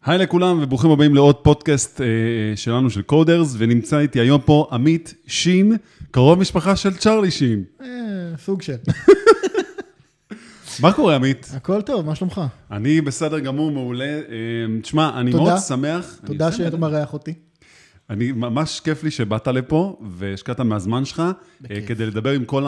היי לכולם וברוכים הבאים לעוד פודקאסט שלנו של קודרס, ונמצא איתי היום פה עמית שין, קרוב משפחה של צ'רלי שין. סוג של. מה קורה עמית? הכל טוב, מה שלומך? אני בסדר גמור, מעולה. תשמע, אני מאוד שמח. תודה שאתה מרח אותי. אני ממש כיף לי שבאת לפה והשקעת מהזמן שלך, כדי לדבר עם כל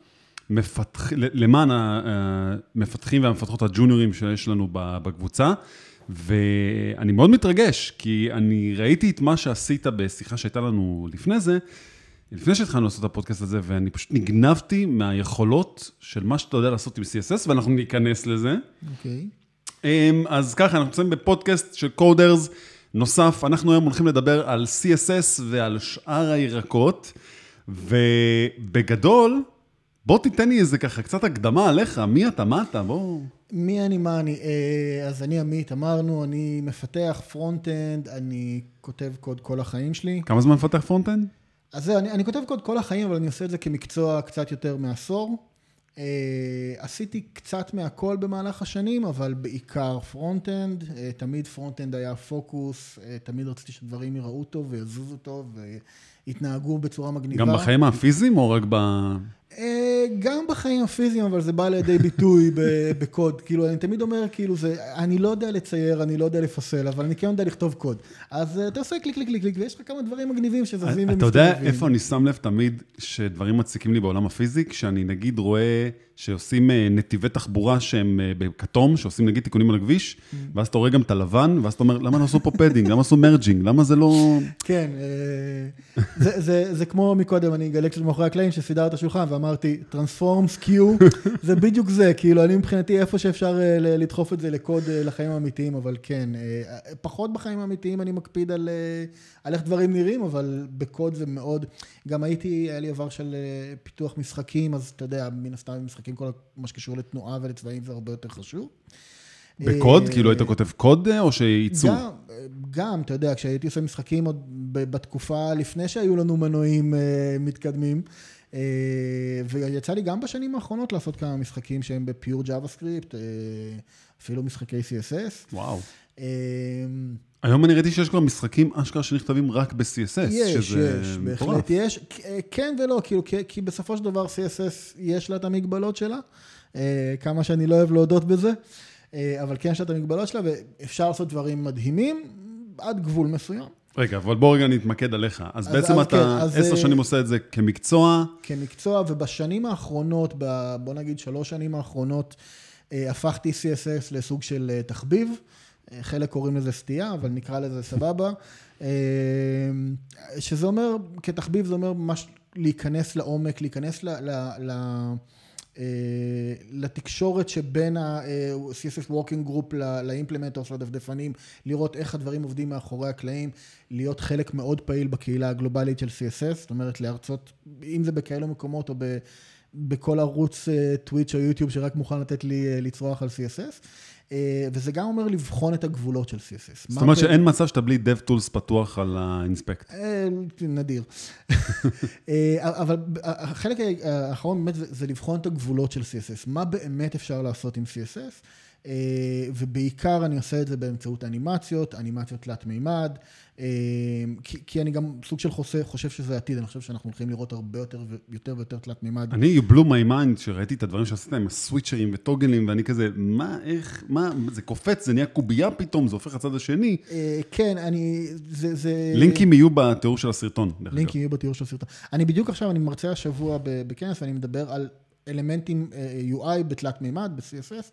למען המפתחים והמפתחות הג'וניורים שיש לנו בקבוצה. ואני מאוד מתרגש, כי אני ראיתי את מה שעשית בשיחה שהייתה לנו לפני זה, לפני שהתחלנו לעשות את הפודקאסט הזה, ואני פשוט נגנבתי מהיכולות של מה שאתה יודע לעשות עם CSS, ואנחנו ניכנס לזה. אוקיי. אז ככה, אנחנו נמצאים בפודקאסט של קודרס נוסף, אנחנו היום הולכים לדבר על CSS ועל שאר הירקות, ובגדול, בוא תיתן לי איזה ככה קצת הקדמה עליך, מי אתה, מה אתה, בוא... מי אני, מה אני? אז אני עמית, אמרנו, אני מפתח פרונט-אנד, אני כותב קוד כל החיים שלי. כמה זמן מפתח פרונט-אנד? אז זהו, אני כותב קוד כל החיים, אבל אני עושה את זה כמקצוע קצת יותר מעשור. עשיתי קצת מהכל במהלך השנים, אבל בעיקר פרונט-אנד, תמיד פרונט-אנד היה פוקוס, תמיד רציתי שדברים יראו טוב ויזוזו טוב ויתנהגו בצורה מגניבה. גם בחיים הפיזיים או רק ב... גם בחיים הפיזיים, אבל זה בא לידי ביטוי בקוד. כאילו, אני תמיד אומר, כאילו, אני לא יודע לצייר, אני לא יודע לפסל, אבל אני כן יודע לכתוב קוד. אז אתה עושה קליק, קליק, קליק, קליק, ויש לך כמה דברים מגניבים שזזים ומסתובבים. אתה יודע איפה אני שם לב תמיד שדברים מציקים לי בעולם הפיזיק, שאני נגיד רואה שעושים נתיבי תחבורה שהם בכתום, שעושים נגיד תיקונים על הכביש, ואז אתה רואה גם את הלבן, ואז אתה אומר, למה לא עשו פה פדינג? למה עשו מרג'ינג? למה זה לא... כן, זה כמו מקודם, אני אגלה קצת מאחורי הקלעים שסידר את השולחן, ואמרתי, Transforms Q, זה בדיוק זה, כאילו, אני מבחינתי איפה שאפשר לדחוף את זה לקוד לחיים האמיתיים, אבל כן, פחות בחיים האמיתיים אני מקפיד על איך דברים נראים, אבל בקוד זה מאוד, גם היה לי עבר של פיתוח משחקים, אז אתה יודע, מן הסתם משחקים, כל מה שקשור לתנועה ולצבעים זה הרבה יותר חשוב. בקוד? כאילו היית כותב קוד או שייצור? גם, אתה יודע, כשהייתי עושה משחקים עוד בתקופה לפני שהיו לנו מנועים מתקדמים, ויצא לי גם בשנים האחרונות לעשות כמה משחקים שהם בפיור JavaScript, אפילו משחקי CSS. וואו. היום אני ראיתי שיש כבר משחקים אשכרה שנכתבים רק ב-CSS. יש, בהחלט יש. כן ולא, כאילו, כי בסופו של דבר CSS יש לה את המגבלות שלה, כמה שאני לא אוהב להודות בזה, אבל כן יש לה את המגבלות שלה, ואפשר לעשות דברים מדהימים עד גבול מסוים. רגע, אבל בוא רגע נתמקד עליך. אז בעצם אתה 10 שנים עושה את זה כמקצוע. כמקצוע, ובשנים האחרונות, בוא נגיד 3 שנים האחרונות, הפכתי CSS לסוג של תחביב. חלק קוראים לזה סטייה, אבל נקרא לזה סבבה. שזה אומר, כתחביב זה אומר ממש להיכנס לעומק, להיכנס לתקשורת שבין ה-CSS Working Group לאימפלמנטור של הדפדפנים, לראות איך הדברים עובדים מאחורי הקלעים, להיות חלק מאוד פעיל בקהילה הגלובלית של CSS, זאת אומרת להרצות, אם זה בכאלו מקומות או בכל ערוץ טוויץ' או יוטיוב שרק מוכן לתת לי לצרוח על CSS, וזה גם אומר לבחון את הגבולות של CSS. זאת אומרת שאין מצב שאתה בלי DevTools פתוח על האינספקט. נדיר. אבל החלק האחרון באמת זה לבחון את הגבולות של CSS. מה באמת אפשר לעשות עם CSS? ובעיקר אני עושה את זה באמצעות אנימציות תלת מימד, כי אני גם סוג של חושב שזה עתיד, אני חושב שאנחנו הולכים לראות הרבה יותר ויותר תלת מימד. אני, you blew my mind, שראיתי את הדברים שעשית עם הסוויצ'רים וטוגלים, ואני כזה, זה קופץ, זה נהיה קובייה פתאום, זה הופך הצד השני. כן, לינקים יהיו בתיאור של הסרטון. לינקים יהיו בתיאור של הסרטון. אני בדיוק עכשיו, אני מרצה השבוע בכנס, ואני מדבר על אלמנטים UI בתלת מימד, ב-CSS,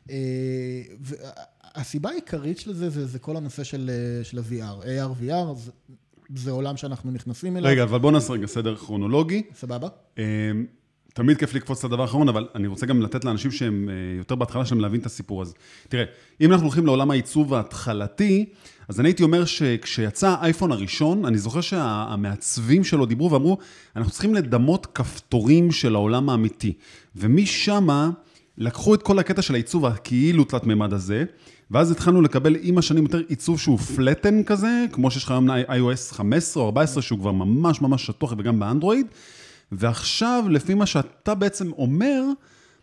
והסיבה העיקרית של זה כל הנושא של ה-VR. AR/VR, זה עולם שאנחנו נכנסים אליו. רגע, אבל בוא נעשה רגע סדר כרונולוגי. סבבה. תמיד כיף לקפוץ את הדבר האחרון, אבל אני רוצה גם לתת לאנשים שהם יותר בהתחלה שלהם להבין את הסיפור הזה. תראה, אם אנחנו הולכים לעולם העיצוב ההתחלתי, אז אני הייתי אומר שכשיצא האייפון הראשון, אני זוכר שהמעצבים שלו דיברו ואמרו, אנחנו צריכים לדמות כפתורים של העולם האמיתי. ומשם לקחו את כל הקטע של העיצוב הכאילו תלת מימד הזה, ואז התחלנו לקבל עם השנים יותר עיצוב שהוא פלטן כזה, כמו שיש לך היום iOS 15 או 14, שהוא כבר ממש ממש שטוח וגם באנדרואיד, ועכשיו, לפי מה שאתה בעצם אומר,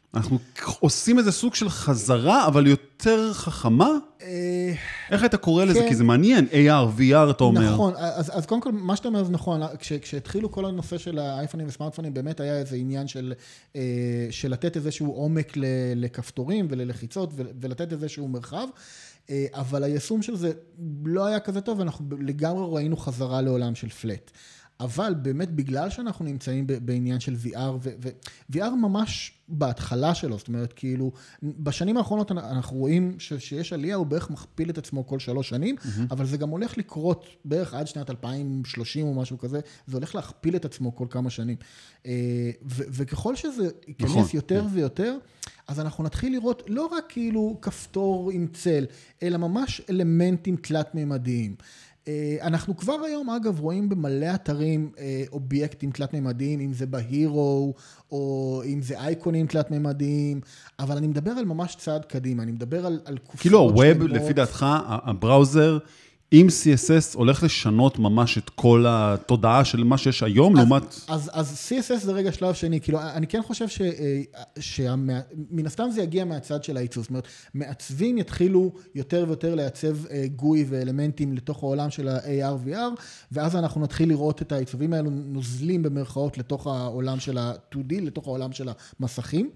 אנחנו עושים איזה סוג של חזרה, אבל יותר חכמה? איך אתה קורא לזה? כי זה מעניין, AR, VR, אתה אומר. נכון, אז קודם כל, מה שאתה אומר זה נכון, כשהתחילו כל הנושא של האייפונים וסמארטפונים, באמת היה איזה עניין של לתת איזשהו עומק לכפתורים וללחיצות, ולתת איזשהו מרחב, אבל היישום של זה לא היה כזה טוב, ואנחנו לגמרי ראינו חזרה לעולם של פלט. אבל באמת בגלל שאנחנו נמצאים בעניין של VR, ו-VR ממש בהתחלה שלו, זאת אומרת, כאילו, בשנים האחרונות אנחנו רואים שיש עלייה, הוא בערך מכפיל את עצמו כל 3 שנים, אבל זה גם הולך לקרות בערך עד שנת 2030 או משהו כזה, זה הולך להכפיל את עצמו כל כמה שנים. וככל שזה ייכנס יותר ויותר, אז אנחנו נתחיל לראות לא רק כאילו כפתור עם צל, אלא ממש אלמנטים תלת-ממדיים. אנחנו כבר היום, אגב, רואים במלא אתרים אובייקטים תלת-ממדיים, אם זה בהירו, או אם זה אייקונים תלת-ממדיים, אבל אני מדבר על ממש צעד קדימה, אני מדבר על קופסאות כאילו הווב, לפי דעתך, הבראוזר, עם CSS הולך לשנות ממש את כל התודעה של מה שיש היום, לעומת... אז CSS זה רגע שלב שני, כאילו, אני כן חושב שמן הסתם זה יגיע מהצד של העיצוב, זאת אומרת, מעצבים יתחילו יותר ויותר לעצב גוי ואלמנטים לתוך העולם של ה-AR/VR, ואז אנחנו נתחיל לראות את העיצובים האלו נוזלים במרכאות לתוך העולם של ה-2D, לתוך העולם של המסכים,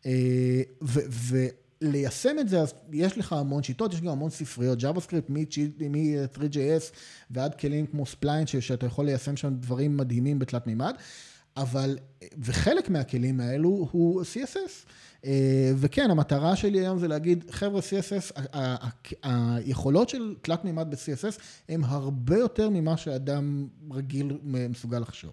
ליישם את זה, אז יש לך המון שיטות, יש גם המון ספריות, JavaScript, מ-3JS ועד כלים כמו Spline, שאתה יכול ליישם שם דברים מדהימים בתלת מימד, אבל, וחלק מהכלים האלו הוא CSS. וכן, המטרה שלי היום זה להגיד, חבר'ה, CSS, היכולות של תלת מימד ב-CSS, הם הרבה יותר ממה שאדם רגיל מסוגל לחשוב.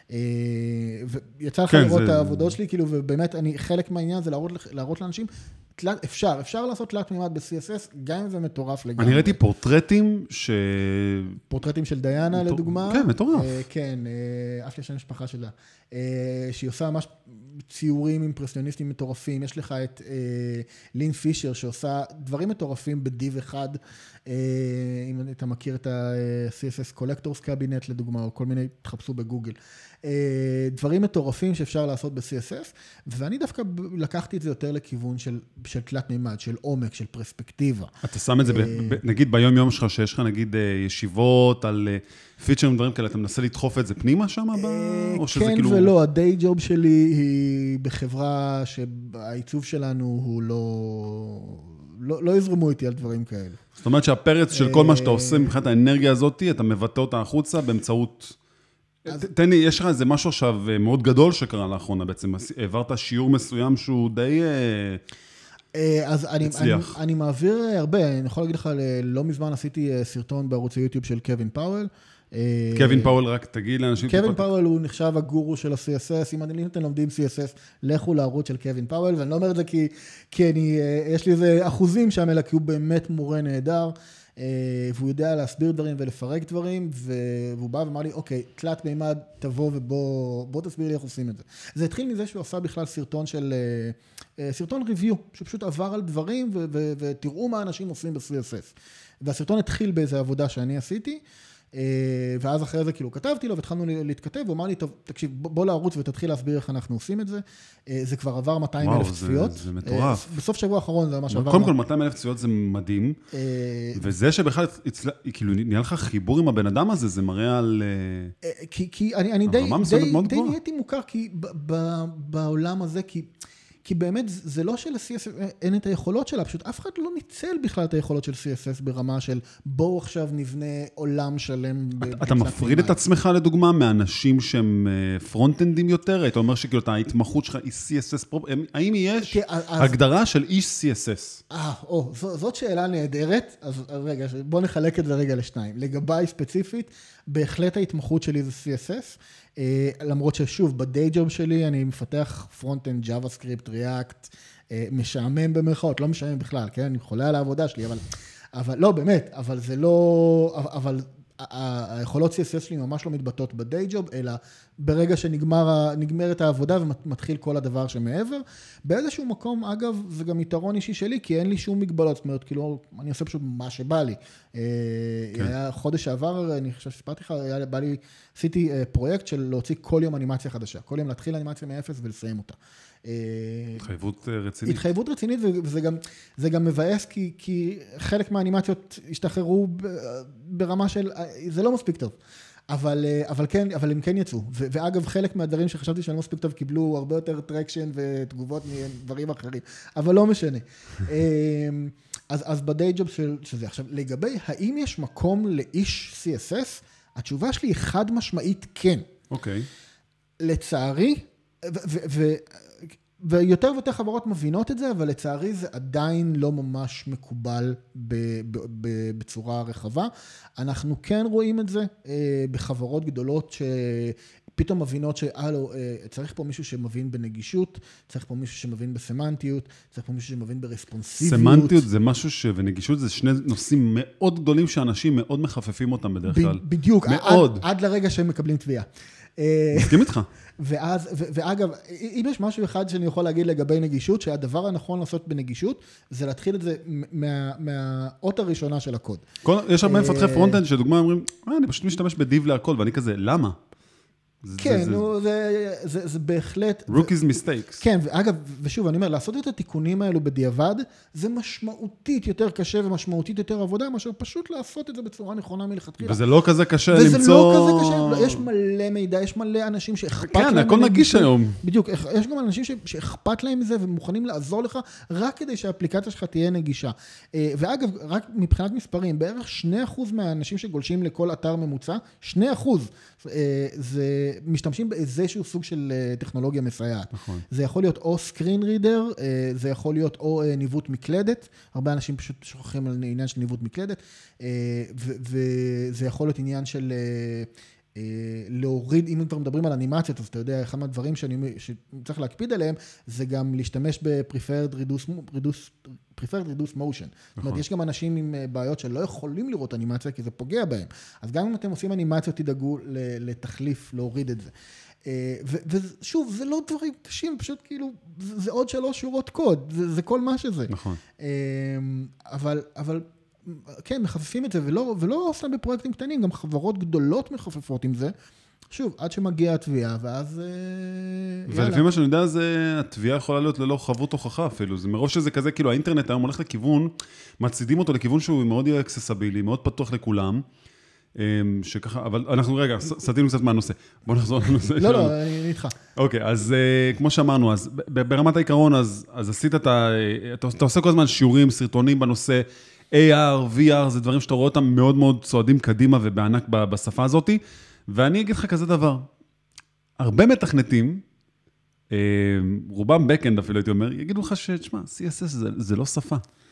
ויצא לך לראות את העבודות שלי, כאילו, ובאמת, חלק מהעניין זה להראות לאנשים, אפשר לעשות תלת מימד ב-CSS, גם אם זה מטורף לגמרי. אני ראיתי פורטרטים פורטרטים של דיאנה, לדוגמה. כן, מטורף. כן, אף לשם משפחה שלה. שהיא עושה ממש ציורים אימפרסיוניסטיים מטורפים. יש לך את לין פישר, שעושה דברים מטורפים בדיב אחד. אם אתה מכיר את ה-CSS Collectors Cabinet, לדוגמה, או כל מיני, תחפשו בגוגל. דברים מטורפים שאפשר לעשות ב-CSS, ואני דווקא לקחתי את זה יותר לכיוון של תלת מימד, של עומק, של פרספקטיבה. אתה שם את זה, נגיד ביום יום שלך, שיש לך נגיד ישיבות על פיצ'רים ודברים כאלה, אתה מנסה לדחוף את זה פנימה שם? כן ולא, הדיי ג'וב שלי היא בחברה שהעיצוב שלנו הוא לא יזרמו איתי על דברים כאלה. זאת אומרת שהפרץ של כל מה שאתה עושה מבחינת האנרגיה הזאת, אתה מבטא אותה החוצה באמצעות... תן לי, יש לך איזה משהו עכשיו מאוד גדול שקרה לאחרונה בעצם, העברת שיעור מסוים שהוא די אז אני מעביר הרבה, אני יכול להגיד לך, לא מזמן עשיתי סרטון בערוץ היוטיוב של קווין פאוול. קווין פאוול, רק תגיד לאנשים... קווין פאוול הוא נחשב הגורו של ה-CSS, אם אתם לומדים CSS, לכו לערוץ של קווין פאוול, ואני לא אומר את זה כי יש לי איזה אחוזים שם, אלא כי הוא באמת מורה נהדר, והוא יודע להסביר דברים ולפרק דברים, והוא בא ואמר לי, אוקיי, תלת מימד, תבוא ובוא תסביר לי איך עושים את זה. זה התחיל מזה שהוא עשה בכלל סרטון ריוויו, שפשוט עבר על דברים, ותראו מה אנשים עושים ב-CSS. והסרטון התחיל באיזו עבודה שאני עשיתי, ואז אחרי זה כאילו כתבתי לו, והתחלנו להתכתב, הוא אמר לי, טוב, תקשיב, בוא לערוץ ותתחיל להסביר איך אנחנו עושים את זה. זה כבר עבר 200,000 צפיות. זה מטורף. בסוף שבוע האחרון זה ממש עבר. קודם כל 200,000 צפיות זה מדהים, וזה שבכלל, כאילו, נהיה לך חיבור עם הבן אדם הזה, זה מראה על... כי אני די נהייתי מוכר בעולם הזה, כי באמת זה לא של-CSS אין את היכולות שלה, פשוט אף אחד לא ניצל בכלל את היכולות של CSS ברמה של בואו עכשיו נבנה עולם שלם. אתה מפריד את עצמך לדוגמה מאנשים שהם פרונט-אנדים יותר? היית אומר שכאילו ההתמחות שלך היא CSS, האם יש הגדרה של איש CSS? זאת שאלה נהדרת, אז רגע, בואו נחלק את זה רגע לשניים. לגביי ספציפית, בהחלט ההתמחות שלי זה CSS, למרות ששוב, בדיי ג'וב שלי אני מפתח פרונט-אנד, JavaScript, React, משעמם במרכאות, לא משעמם בכלל, כן? אני חולה על העבודה שלי, אבל לא, באמת, אבל זה לא, אבל היכולות CSS שלי ממש לא מתבטאות בדיי ג'וב, אלא ברגע שנגמרת העבודה ומתחיל כל הדבר שמעבר. באיזשהו מקום, אגב, זה גם יתרון אישי שלי, כי אין לי שום מגבלות, זאת אומרת, כאילו, אני עושה פשוט מה שבא לי. היה חודש שעבר, אני חושב שספרתי לך, בא לי, עשיתי פרויקט של להוציא כל יום אנימציה חדשה, כל יום להתחיל אנימציה מאפס ולסיים אותה. התחייבות רצינית. התחייבות רצינית, וזה גם מבאס, כי חלק מהאנימציות השתחררו ברמה של, זה לא מספיק טוב. אבל הם כן יצאו. ואגב, חלק מהדברים שחשבתי שאני לא מספיק טוב, קיבלו הרבה יותר טרקשן ותגובות מדברים אחרים. אבל לא משנה. אז בדיי ג'וב שזה. עכשיו, לגבי האם יש מקום לאיש CSS, התשובה שלי היא חד משמעית כן. אוקיי. לצערי, ויותר ויותר חברות מבינות את זה, אבל לצערי זה עדיין לא ממש מקובל בצורה רחבה. אנחנו כן רואים את זה בחברות גדולות שפתאום מבינות צריך פה מישהו שמבין בנגישות, צריך פה מישהו שמבין בסמנטיות, צריך פה מישהו שמבין ברספונסיביות. סמנטיות זה משהו ונגישות זה שני נושאים מאוד גדולים שאנשים מאוד מחפפים אותם בדרך כלל. בדיוק, מאוד. עד לרגע שהם מקבלים תביעה. מסכים איתך. ואגב, אם יש משהו אחד שאני יכול להגיד לגבי נגישות, שהדבר הנכון לעשות בנגישות, זה להתחיל את זה מהאות הראשונה של הקוד. יש הרבה מפתחי פרונט-אנד שדוגמה אומרים, אני פשוט משתמש בדיב להכל, ואני כזה, למה? כן, זה בהחלט... Rookies mistakes. כן, ואגב, ושוב, אני אומר, לעשות את התיקונים האלו בדיעבד, זה משמעותית יותר קשה ומשמעותית יותר עבודה, מאשר פשוט לעשות את זה בצורה נכונה מלכתחילה. וזה לא כזה קשה למצוא... וזה לא כזה קשה, יש מלא מידע, יש מלא אנשים שאכפת להם... כן, הכל נגיש היום. בדיוק, יש גם אנשים שאכפת להם מזה ומוכנים לעזור לך, רק כדי שהאפליקציה שלך תהיה נגישה. ואגב, רק מבחינת מספרים, בערך 2% מהאנשים שגולשים לכל אתר ממוצע, 2% זה משתמשים באיזשהו סוג של טכנולוגיה מסייעת. נכון. זה יכול להיות או סקרין רידר, זה יכול להיות או ניווט מקלדת, הרבה אנשים פשוט שוכחים על עניין של ניווט מקלדת, וזה יכול להיות עניין של להוריד, אם כבר מדברים על אנימציות, אז אתה יודע, אחד מהדברים שצריך להקפיד עליהם, זה גם להשתמש ב-preferred reduce motion. זאת אומרת, יש גם אנשים עם בעיות שלא יכולים לראות אנימציה, כי זה פוגע בהם. אז גם אם אתם עושים אנימציות, תדאגו לתחליף, להוריד את זה. ושוב, זה לא דברים קשים, פשוט כאילו, זה עוד 3 שורות קוד, זה כל מה שזה. נכון. אבל כן, מחפפים את זה, ולא סתם בפרויקטים קטנים, גם חברות גדולות מחפפות עם זה. שוב, עד שמגיעה התביעה, ואז ולפי מה שאני יודע, התביעה יכולה להיות ללא חבות הוכחה אפילו. זה מראש שזה כזה, כאילו האינטרנט היום הולך לכיוון, מצעידים אותו לכיוון שהוא מאוד יהיה אקססבילי, מאוד פתוח לכולם, שככה, אבל אנחנו רגע, סטינו קצת מהנושא. בוא נחזור לנושא. לא, אני איתך. אוקיי, אז כמו שאמרנו, אז ברמת העיקרון, אז עשית אתה עושה כל הזמן שיעורים, סרטונים בנושא, AR, VR, זה דברים שאתה רואה אותם מאוד מאוד צועדים קדימה ובענק בשפה הזאת, ואני אגיד לך כזה דבר, הרבה מתכנתים, רובם בקאנד אפילו הייתי אומר, יגידו לך שתשמע, CSS זה לא שפה.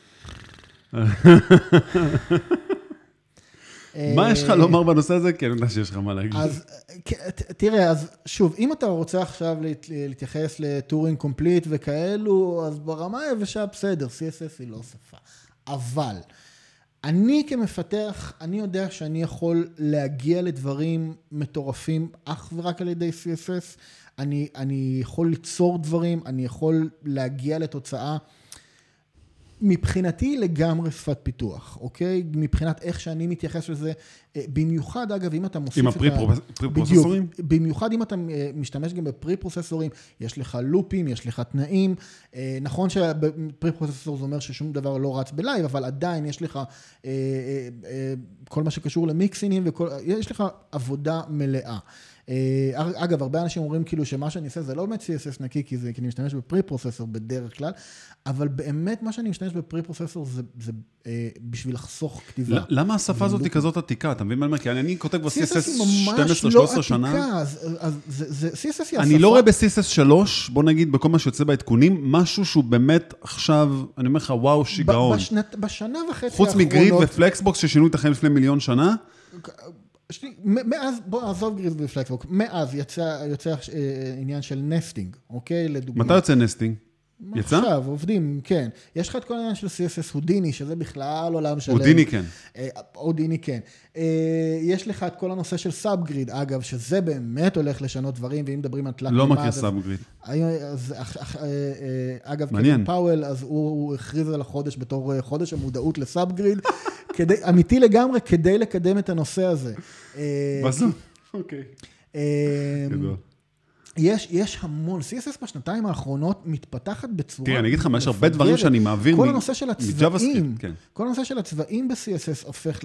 מה יש לך לומר בנושא הזה? כי אני יודע שיש לך מה להגיד. אז תראה, אז שוב, אם אתה רוצה עכשיו להתייחס לטורינג קומפליט וכאלו, אז ברמה היבשה בסדר, CSS היא לא שפה. אבל אני כמפתח, אני יודע שאני יכול להגיע לדברים מטורפים אך ורק על ידי CSS, אני יכול ליצור דברים, אני יכול להגיע לתוצאה, מבחינתי לגמרי שפת פיתוח, אוקיי? מבחינת איך שאני מתייחס לזה, במיוחד אגב, אם אתה מוסיף עם הפרי-פרוססורים? במיוחד אם אתה משתמש גם בפרי-פרוססורים, יש לך לופים, יש לך תנאים, נכון שפרי-פרוססור זה אומר ששום דבר לא רץ בלייב, אבל עדיין יש לך כל מה שקשור למיקסינים, יש לך עבודה מלאה. אגב, הרבה אנשים אומרים כאילו שמה שאני עושה זה לא באמת CSS נקי, כי אני משתמש בפרי-פרוססור בדרך כלל, אבל באמת מה שאני משתמש בפרי-פרוססור זה בשביל לחסוך כתיבה. למה השפה הזאת היא כזאת עתיקה? אתה מבין מה אני אומר? כי אני כותב ב-CSS 12-13 שנה. CSS היא אני לא רואה ב-CSS 3, בוא נגיד, בכל מה שיוצא בעדכונים, משהו שהוא באמת עכשיו, אני אומר לך, וואו, שיגעון. בשנה וחצי חוץ מגריד ופלקסבוקס ששינו את החיים לפני מיליון שנה, מאז, בוא נעזוב גריד ופלקסבוקס, מאז יוצא עניין של נסטינג, אוקיי? לדוגמה. מתי יוצא נסטינג? יצא? עכשיו, עובדים, כן. יש לך את כל העניין של CSS הודיני, שזה בכלל עולם שלם. הודיני כן. הודיני כן. יש לך את כל הנושא של סאבגריד, אגב, שזה באמת הולך לשנות דברים, ואם מדברים על תלת מימד. לא מכיר סאבגריד. אגב, קווין פאוול, אז הוא הכריז על החודש בתור חודש המודעות לסאבגריד, אמיתי לגמרי, כדי לקדם את הנושא הזה. בסוף, אוקיי. גדול. יש המון, CSS בשנתיים האחרונות מתפתחת בצורה... תראה, אני אגיד לך, יש הרבה דברים שאני מעביר כל הנושא של הצבעים, כן. כל הנושא של הצבעים ב-CSS הופך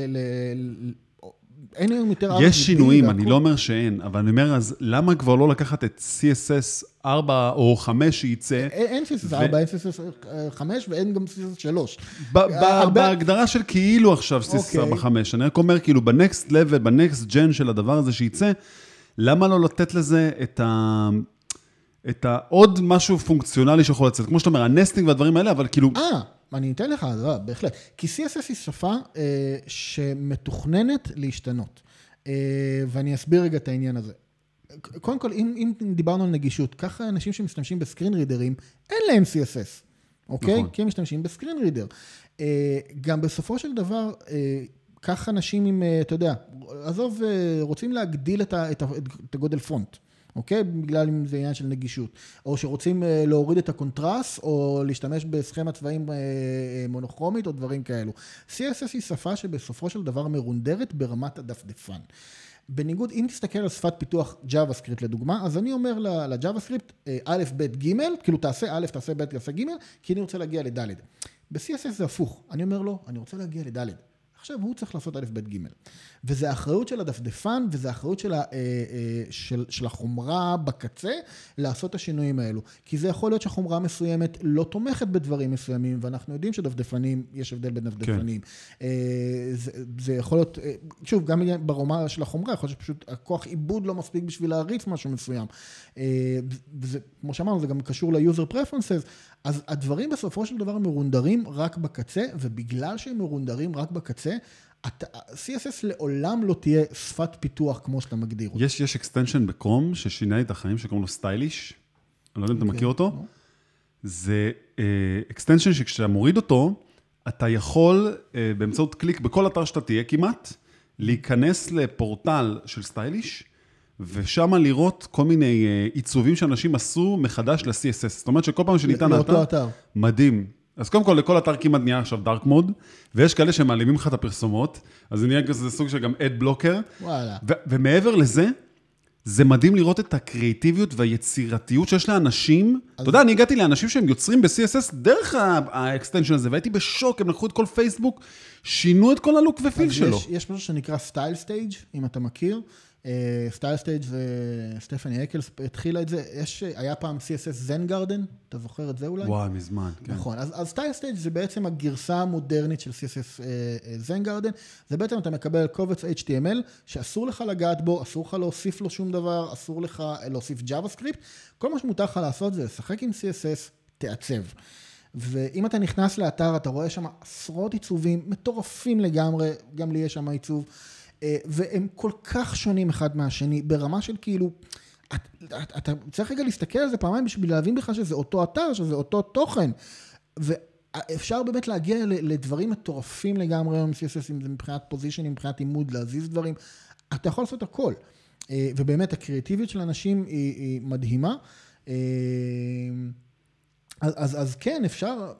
אין היום יותר... יש שינויים, אני לא אומר שאין, אבל אני אומר, אז למה כבר לא לקחת את CSS 4 או 5 שייצא? אין CSS 4, אין CSS 5 ואין גם CSS 3. בהגדרה של כאילו עכשיו CSS 4, 5, אני רק אומר, כאילו, בנקסט לבל, בנקסט ג'ן של הדבר הזה שייצא, למה לא לתת לזה את עוד משהו פונקציונלי שיכול לצאת? כמו שאתה אומר, הנסטינג והדברים האלה, אבל כאילו... אני אתן לך, בהחלט. כי CSS היא שפה שמתוכננת להשתנות. ואני אסביר רגע את העניין הזה. קודם כל, אם דיברנו על נגישות, ככה אנשים שמשתמשים בסקרין רידרים, אין להם CSS. אוקיי? נכון. כי הם משתמשים בסקרין רידר. גם בסופו של דבר... כך אנשים עם, אתה יודע, עזוב, רוצים להגדיל את הגודל פונט, אוקיי? בגלל אם זה עניין של נגישות. או שרוצים להוריד את הקונטרסט, או להשתמש בסכמת צבעים מונוכרומית, או דברים כאלו. CSS היא שפה שבסופו של דבר מרונדרת ברמת הדפדפן. בניגוד, אם תסתכל על שפת פיתוח JavaScript לדוגמה, אז אני אומר ל-JavaScript, א', ב', ג', כאילו תעשה א', תעשה ב', תעשה ג', כי אני רוצה להגיע לד'. ב-CSS זה הפוך. אני אומר לו, אני רוצה להגיע לד'. עכשיו הוא צריך לעשות א', ב', ג'. וזה האחריות של הדפדפן, וזה האחריות של החומרה בקצה, לעשות את השינויים האלו. כי זה יכול להיות שהחומרה מסוימת לא תומכת בדברים מסוימים, ואנחנו יודעים שדפדפנים, יש הבדל בין דפדפנים. כן. זה יכול להיות, שוב, גם ברמה של החומרה, יכול להיות שפשוט הכוח עיבוד לא מספיק בשביל להריץ משהו מסוים. וזה, כמו שאמרנו, זה גם קשור ל-user preferences, אז הדברים בסופו של דבר מרונדרים רק בקצה, ובגלל שהם מרונדרים רק בקצה, CSS לעולם לא תהיה שפת פיתוח כמו שאתה מגדיר אותה. יש extension בקרום ששינה את החיים שקוראים לו סטייליש. אני לא יודע אם אתה מכיר אותו. זה extension שכשאתה מוריד אותו, אתה יכול באמצעות קליק בכל אתר שאתה תהיה כמעט, להיכנס לפורטל של סטייליש, ושם לראות כל מיני עיצובים שאנשים עשו מחדש ל-CSS. זאת אומרת שכל פעם שניתן אתר. מדהים. אז קודם כל, לכל אתר כמעט נהיה עכשיו דארק מוד, ויש כאלה שמעלימים לך את הפרסומות, אז זה נהיה כזה סוג של גם אד בלוקר. וואלה. ומעבר לזה, זה מדהים לראות את הקריאטיביות והיצירתיות שיש לאנשים. אתה יודע, אני הגעתי לאנשים שהם יוצרים ב-CSS דרך האקסטנשן הזה, והייתי בשוק, הם לקחו את כל פייסבוק, שינו את כל הלוק ופיל שלו. יש משהו שנקרא סטייל סטייג', אם אתה מכיר. סטייל סטייג' וסטפני אקלס התחילה את זה, היה פעם CSS זן גרדן, אתה זוכר את זה אולי? וואי, מזמן, כן. נכון, אז סטייל סטייג' זה בעצם הגרסה המודרנית של CSS זן גרדן, זה בעצם אתה מקבל קובץ HTML, שאסור לך לגעת בו, אסור לך להוסיף לו שום דבר, אסור לך להוסיף JavaScript, כל מה שמותר לך לעשות זה לשחק עם CSS, תעצב. ואם אתה נכנס לאתר, אתה רואה שם עשרות עיצובים, מטורפים לגמרי, גם לי יש שם עיצוב, והם כל כך שונים אחד מהשני, ברמה של כאילו, אתה צריך רגע להסתכל על זה פעמיים בשביל להבין בכלל שזה אותו אתר, שזה אותו תוכן, ואפשר באמת להגיע לדברים מטורפים לגמרי עם CSS, אם זה מבחינת פוזישנים, מבחינת עימוד, להזיז דברים, אתה יכול לעשות הכל, ובאמת הקריאטיביות של אנשים היא מדהימה, אז כן, אפשר,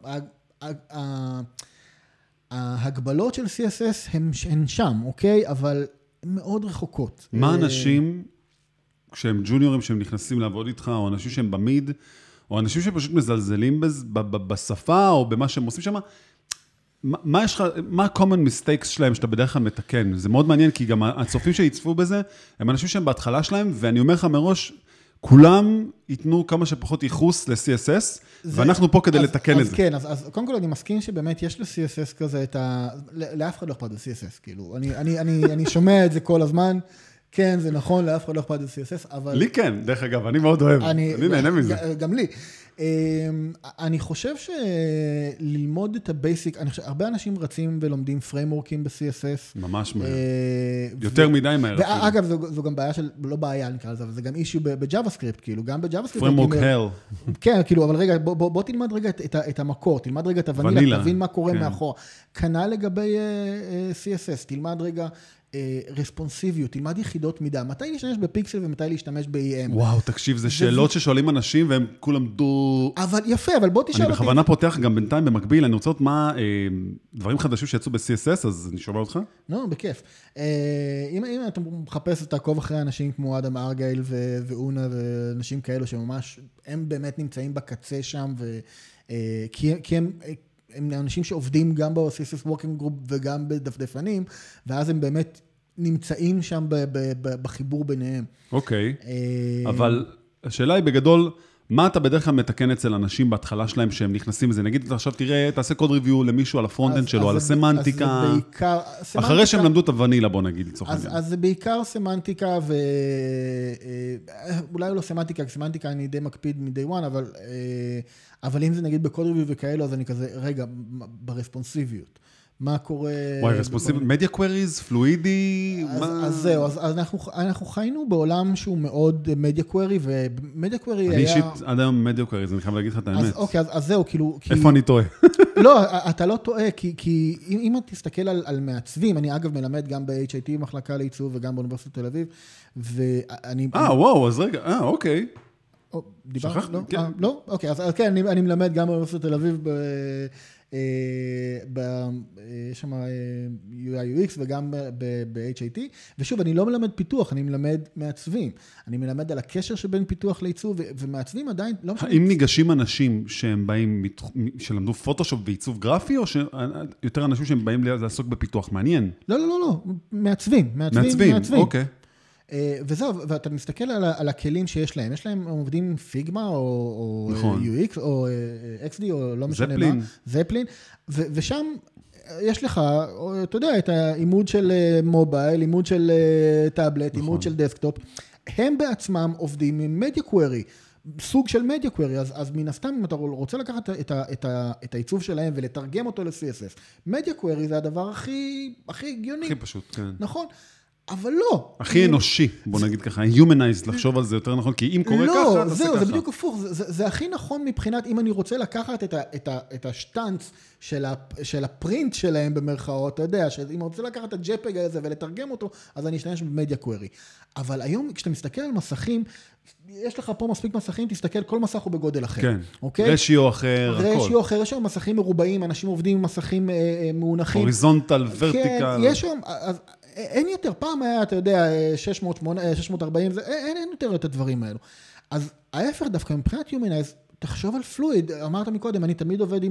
ההגבלות של CSS הן שם, אוקיי? אבל הן מאוד רחוקות. מה אנשים, כשהם ג'וניורים שהם נכנסים לעבוד איתך, או אנשים שהם במיד, או אנשים שפשוט מזלזלים בשפה, או במה שהם עושים שם, מה יש לך, מה ה-common mistakes שלהם שאתה בדרך כלל מתקן? זה מאוד מעניין, כי גם הצופים שיצפו בזה, הם אנשים שהם בהתחלה שלהם, ואני אומר לך מראש, כולם ייתנו כמה שפחות ייחוס ל-CSS, ואנחנו פה כדי לתקן את זה. אז כן, אז קודם כל אני מסכים שבאמת יש ל-CSS כזה את לאף אחד לא אכפת ל-CSS, כאילו, אני שומע את זה כל הזמן, כן, זה נכון, לאף אחד לא אכפת ל-CSS, אבל... לי כן, דרך אגב, אני מאוד אוהב, אני נהנה מזה. גם לי. אני חושב שללמוד את הבייסיק, הרבה אנשים רצים ולומדים פריימורקים ב-CSS. ממש מהר. יותר מדי מהר. ואגב, זו גם בעיה של, לא בעיה נקרא לזה, אבל זה גם אישיו ב-JavaScript, כאילו, גם ב-JavaScript. פריימורק הל. כן, כאילו, אבל רגע, בוא תלמד רגע את המקור, תלמד רגע את הוונילה, תבין מה קורה מאחורה. כנ"ל לגבי CSS, תלמד רגע רספונסיביות, תלמד יחידות מידה, מתי להשתמש בפיקסל ומתי להשתמש ב-EM. וואו, תקשיב, זה שאלות ששואלים אנשים והם כולם אבל יפה, אבל בוא תשאל אני אותי. בכוונה פותח גם בינתיים במקביל, אני רוצה לראות מה דברים חדשים שיצאו ב-CSS, אז אני שומע אותך. לא, בכיף. אם אתה מחפש את העקוב אחרי אנשים כמו אדם ארגייל ואונה ואנשים כאלו שממש, הם באמת נמצאים בקצה שם, כי הם אנשים שעובדים גם ב-CSS Working Group וגם בדפדפנים, ואז הם באמת נמצאים שם בחיבור ביניהם. אוקיי, אבל השאלה היא בגדול, מה אתה בדרך כלל מתקן אצל אנשים בהתחלה שלהם שהם נכנסים לזה? נגיד, עכשיו תראה, תעשה קוד ריוויו למישהו על הפרונט-אנד שלו, על הסמנטיקה. אז זה בעיקר... אחרי שהם למדו את הוונילה, בוא נגיד, לצורך העניין. אז זה בעיקר סמנטיקה, אולי לא סמנטיקה, כי סמנטיקה אני די מקפיד מ-day one, אבל אם זה נגיד בקוד ריוויו וכאלו, אז אני כזה, רגע, ברספונסיביות. מה קורה... וואי, רספונסיביות, מדיה קוויריז, פלואידי... אז זהו, אז אנחנו חיינו בעולם שהוא מאוד מדיה קווירי, ומדיה קווירי היה... אני אישית עד היום מדיה קוויריז, אני חייב להגיד לך את האמת. אוקיי, אז זהו, כאילו... איפה אני טועה? לא, אתה לא טועה, כי אם אתה תסתכל על מעצבים, אני אגב מלמד גם ב-HIT מחלקה לעיצוב וגם באוניברסיטת תל אביב, ואני... וואו, אז רגע, אוקיי. שכחתי? לא? אוקיי, אז כן, אני מלמד גם באוניברסיטת תל אביב, יש שם UI/UX וגם ב-HIT, ושוב, אני לא מלמד פיתוח, אני מלמד מעצבים. אני מלמד על הקשר שבין פיתוח לעיצוב, ומעצבים עדיין לא משנה. האם ניגשים אנשים שהם באים, שלמדו פוטושופ ועיצוב גרפי, או שיותר אנשים שהם באים לעסוק בפיתוח? מעניין. לא, מעצבים, אוקיי. וזהו, ואתה מסתכל על הכלים שיש להם, יש להם עובדים פיגמה, או UX, או XD, או לא משנה מה. זפלין. ושם יש לך, אתה יודע, את העימוד של מובייל, עימוד של טאבלט, עימוד של דסקטופ. הם בעצמם עובדים עם מדיה קווירי, סוג של מדיה קווירי, אז מן הסתם, אם אתה רוצה לקחת את העיצוב שלהם ולתרגם אותו ל-CSS, מדיה קווירי זה הדבר הכי הגיוני. הכי פשוט, כן. נכון. אבל לא. הכי אנושי, בוא נגיד ככה, humanized, לחשוב על זה יותר נכון, כי אם קורה ככה, תעשה ככה. לא, זה בדיוק הפוך, זה הכי נכון מבחינת, אם אני רוצה לקחת את השטנץ של הפרינט שלהם במרכאות, אתה יודע, אם אני רוצה לקחת את הג'פג הזה ולתרגם אותו, אז אני אשתמש במדיה קווירי. אבל היום, כשאתה מסתכל על מסכים, יש לך פה מספיק מסכים, תסתכל, כל מסך הוא בגודל אחר. כן, אוקיי? רשיו אחר, הכל. רשיו אחר, יש שם מסכים מרובעים, אנשים עובדים עם מסכים מאונחים. הוריזונטל, ורטיקל. כן, יש שם... אין יותר, פעם היה, אתה יודע, 640, אין יותר את הדברים האלו. אז ההפך דווקא מבחינת Humanize, תחשוב על פלואיד, אמרת מקודם, אני תמיד עובד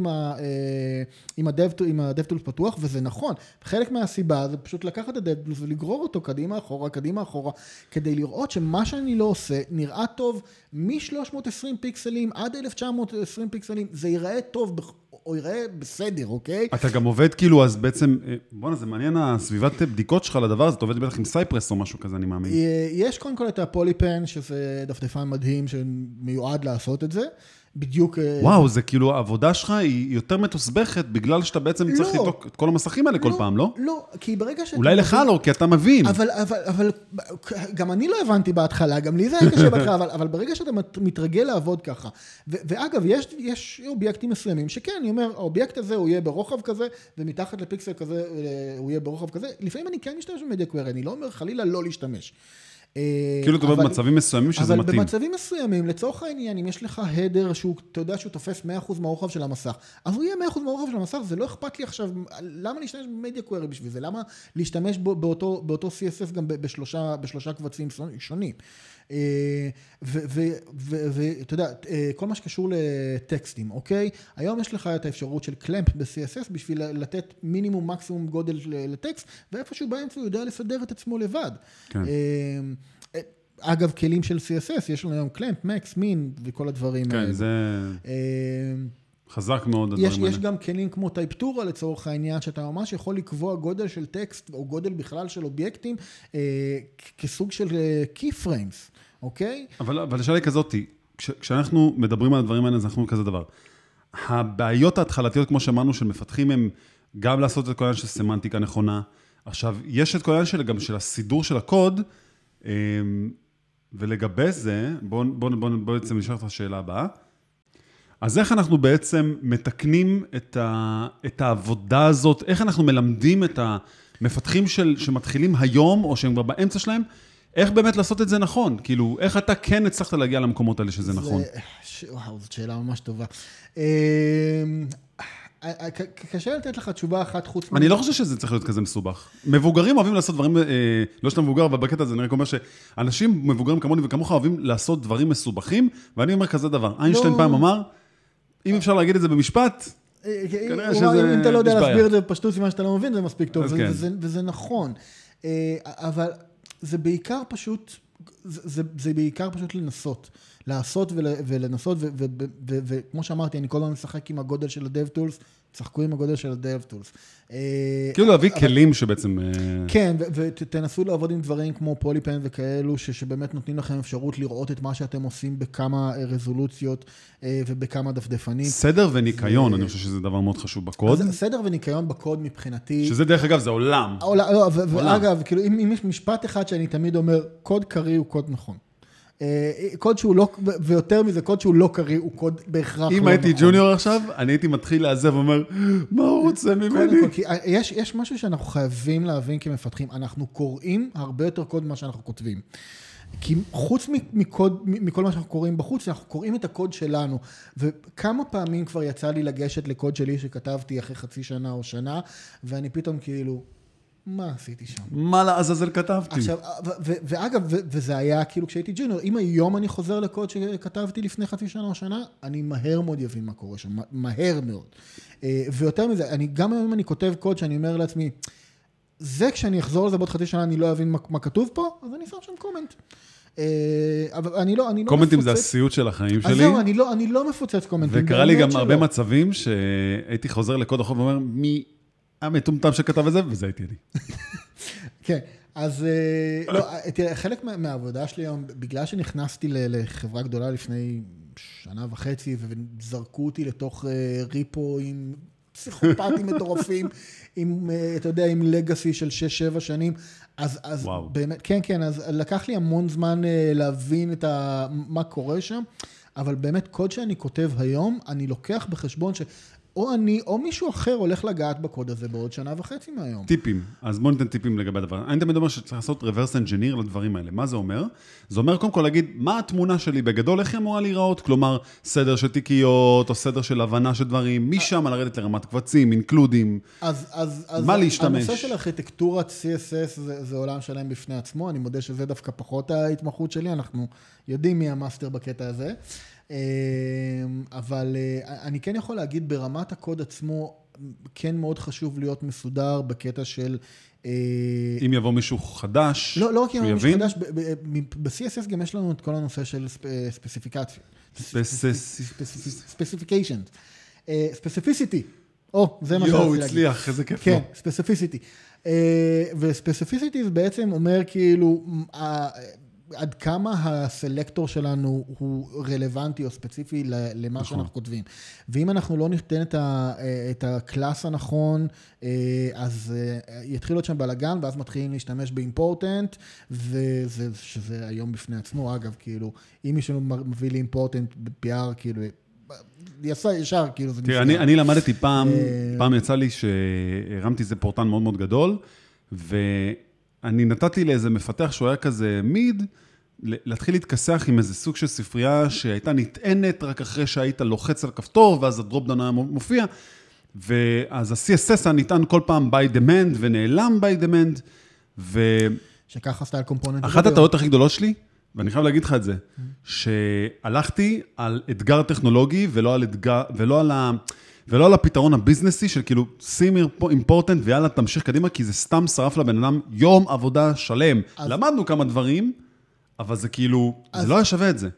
עם ה-DevTools פתוח, וזה נכון. חלק מהסיבה זה פשוט לקחת את ה-DevTools ולגרור אותו קדימה אחורה, כדי לראות שמה שאני לא עושה נראה טוב מ-320 פיקסלים עד 1920 פיקסלים, זה ייראה טוב או ייראה בסדר, אוקיי? אתה גם עובד כאילו, אז בעצם, בוא'נה, זה מעניין הסביבת בדיקות שלך לדבר הזה, אתה עובד בטח עם סייפרס או משהו כזה, אני מאמין. יש קודם כל את הפוליפן, שזה דפדפן מדהים שמיועד לעשות את זה. בדיוק... וואו, זה כאילו, העבודה שלך היא יותר מתוסבכת, בגלל שאתה בעצם צריך לבדוק את כל המסכים האלה כל פעם, לא? לא, כי ברגע שאתה... אולי לך לא, כי אתה מבין. אבל גם אני לא הבנתי בהתחלה, גם לי זה היה קשה בהתחלה, אבל ברגע שאתה מתרגל לעבוד ככה, ואגב, יש אובייקטים מסוימים, שכן, אני אומר, האובייקט הזה הוא יהיה ברוחב כזה, ומתחת לפיקסל כזה הוא יהיה ברוחב כזה, לפעמים אני כן משתמש במדיה קווירי, אני לא אומר חלילה לא להשתמש. כאילו אתה אומר במצבים מסוימים שזה מתאים. אבל במצבים מסוימים, לצורך העניין, אם יש לך הדר שהוא, אתה יודע שהוא תופס 100% מהרוחב של המסך, אז הוא יהיה 100% מהרוחב של המסך, זה לא אכפת לי עכשיו, למה להשתמש במדיה קווירי בשביל זה? למה להשתמש באותו CSS גם בשלושה קבצים שונים? ואתה יודע, כל מה שקשור לטקסטים, אוקיי? היום יש לך את האפשרות של קלמפ ב-CSS בשביל לתת מינימום מקסימום גודל לטקסט, ואיפשהו באמצע הוא יודע לסדר את עצמו לבד. כן. אגב, כלים של CSS, יש לנו היום קלמפ, מקס, מין וכל הדברים האלה. כן, זה חזק מאוד הדברים האלה. יש גם כלים כמו טייפטורה לצורך העניין, שאתה ממש יכול לקבוע גודל של טקסט, או גודל בכלל של אובייקטים, כסוג של key frames. אוקיי? אבל השאלה היא כזאת, כשאנחנו מדברים על הדברים האלה, אז אנחנו כזה דבר. הבעיות ההתחלתיות, כמו שאמרנו, של מפתחים, הם גם לעשות את כל העניין של סמנטיקה נכונה. עכשיו, יש את כל העניין גם של הסידור של הקוד, ולגבי זה, בואו בעצם נשאר את השאלה הבאה. אז איך אנחנו בעצם מתקנים את העבודה הזאת, איך אנחנו מלמדים מפתחים שמתחילים היום, או שהם כבר באמצע שלהם, איך באמת לעשות את זה נכון? כאילו, איך אתה כן הצלחת להגיע למקומות האלה שזה נכון? וואו, זאת שאלה ממש טובה. קשה לתת לך תשובה אחת חוץ... אני לא חושב שזה צריך להיות כזה מסובך. מבוגרים אוהבים לעשות דברים, לא שאתה מבוגר, אבל בקטע הזה אני רק אומר שאנשים מבוגרים כמוני וכמוך אוהבים לעשות דברים מסובכים, ואני אומר כזה דבר. איינשטיין פעם אמר, אם אפשר להגיד את זה במשפט, כנראה שזה... אם אתה לא יודע להסביר את זה בפשטות, סימן שאתה לא מבין, זה מספיק טוב, וזה נכון. אבל זה בעיקר פשוט, זה בעיקר פשוט לנסות. לעשות ולנסות, וכמו שאמרתי, אני כל הזמן משחק עם הגודל של ה-DevTools, תשחקו עם הגודל של ה-DevTools. כאילו להביא כלים שבעצם... כן, ותנסו לעבוד עם דברים כמו פוליפן וכאלו, שבאמת נותנים לכם אפשרות לראות את מה שאתם עושים בכמה רזולוציות ובכמה דפדפנים. סדר וניקיון, אני חושב שזה דבר מאוד חשוב בקוד. סדר וניקיון בקוד מבחינתי... שזה דרך אגב, זה עולם. ואגב, כאילו, אם יש משפט אחד שאני תמיד אומר, קוד קרי הוא קוד נכון. קוד שהוא לא, ויותר מזה, קוד שהוא לא קרי, הוא קוד בהכרח לא נכון. אם הייתי ג'וניור עכשיו, אני הייתי מתחיל לעזב ואומר, מה הוא רוצה ממני? כי יש משהו שאנחנו חייבים להבין כמפתחים, אנחנו קוראים הרבה יותר קוד ממה שאנחנו כותבים. כי חוץ מכל מה שאנחנו קוראים בחוץ, אנחנו קוראים את הקוד שלנו, וכמה פעמים כבר יצא לי לגשת לקוד שלי שכתבתי אחרי חצי שנה או שנה, ואני פתאום כאילו... מה עשיתי שם? מה לעזאזל כתבתי? עכשיו, ואגב, וזה היה כאילו כשהייתי ג'וניור, אם היום אני חוזר לקוד שכתבתי לפני חצי שנה או שנה, אני מהר מאוד יבין מה קורה שם, מהר מאוד. ויותר מזה, גם היום אני כותב קוד שאני אומר לעצמי, זה כשאני אחזור לזה בעוד חצי שנה, אני לא אבין מה כתוב פה, אז אני שם שם קומנט. אבל אני לא קומנטים זה הסיוט של החיים שלי. אז זהו, אני לא מפוצץ קומנטים. וקרה לי גם הרבה מצבים שהייתי חוזר לקוד החוב ואומר, מי המטומטם שכתב את זה, וזה הייתי אני. כן, אז לא, תראה, חלק מהעבודה שלי היום, בגלל שנכנסתי לחברה גדולה לפני שנה וחצי, וזרקו אותי לתוך ריפו עם פסיכופטים מטורפים, עם, אתה יודע, עם לגאסי של 6-7 שנים, אז באמת, כן, אז לקח לי המון זמן להבין מה קורה שם, אבל באמת, קוד שאני כותב היום, אני לוקח בחשבון או אני, או מישהו אחר הולך לגעת בקוד הזה בעוד שנה וחצי מהיום. טיפים. אז בואו ניתן טיפים לגבי הדבר. אני תמיד אומר שצריך לעשות reverse engineer לדברים האלה. מה זה אומר? זה אומר קודם כל להגיד, מה התמונה שלי בגדול, איך היא אמורה להיראות? כלומר, סדר של תיקיות, או סדר של הבנה של דברים, משם לרדת לרמת קבצים, אינקלודים, מה להשתמש? הנושא של ארכיטקטורת CSS זה עולם שלם בפני עצמו. אני מודה שזה דווקא פחות ההתמחות שלי. אנחנו יודעים מי המאסטר בקטע הזה. אבל אני כן יכול להגיד ברמת הקוד עצמו, כן מאוד חשוב להיות מסודר בקטע של... אם יבוא מישהו חדש, לא רק אם יבוא מישהו חדש, ב-CSS גם יש לנו את כל הנושא של ספציפיקציה. ספציפיקיישן. ספציפיסיטי. זה מה יואו, הצליח, איזה כיף לו. כן, ספציפיסיטי. וספציפיסיטי זה בעצם אומר כאילו... עד כמה הסלקטור שלנו הוא רלוונטי או ספציפי למה שאנחנו כותבים. ואם אנחנו לא ניתן את הקלאס הנכון, אז יתחיל להיות שם בלגן, ואז מתחילים להשתמש באימפורטנט, שזה היום בפני עצמו, אגב, כאילו, אם מישהו מביא לי אימפורטנט ב-PR, כאילו, ישר, כאילו, זה תראה, אני למדתי פעם יצא לי שהרמתי איזה פורטן מאוד מאוד גדול, אני נתתי לאיזה מפתח שהוא היה כזה מיד, להתחיל להתכסח עם איזה סוג של ספרייה שהייתה נטענת רק אחרי שהיית לוחץ על כפתור, ואז הדרופ דאון היה מופיע, ואז ה-CSS היה נטען כל פעם by demand, ונעלם by demand, שככה סטייל קומפוננט. אחת הטעויות הכי גדולות שלי, ואני חייב להגיד לך את זה, שהלכתי על אתגר טכנולוגי, ולא על הפתרון הביזנסי של כאילו, שימי אימפורטנט ויאללה, תמשיך קדימה, כי זה סתם שרף לבן אדם יום עבודה שלם. למדנו כמה דברים, אבל זה כאילו, זה לא היה שווה את זה.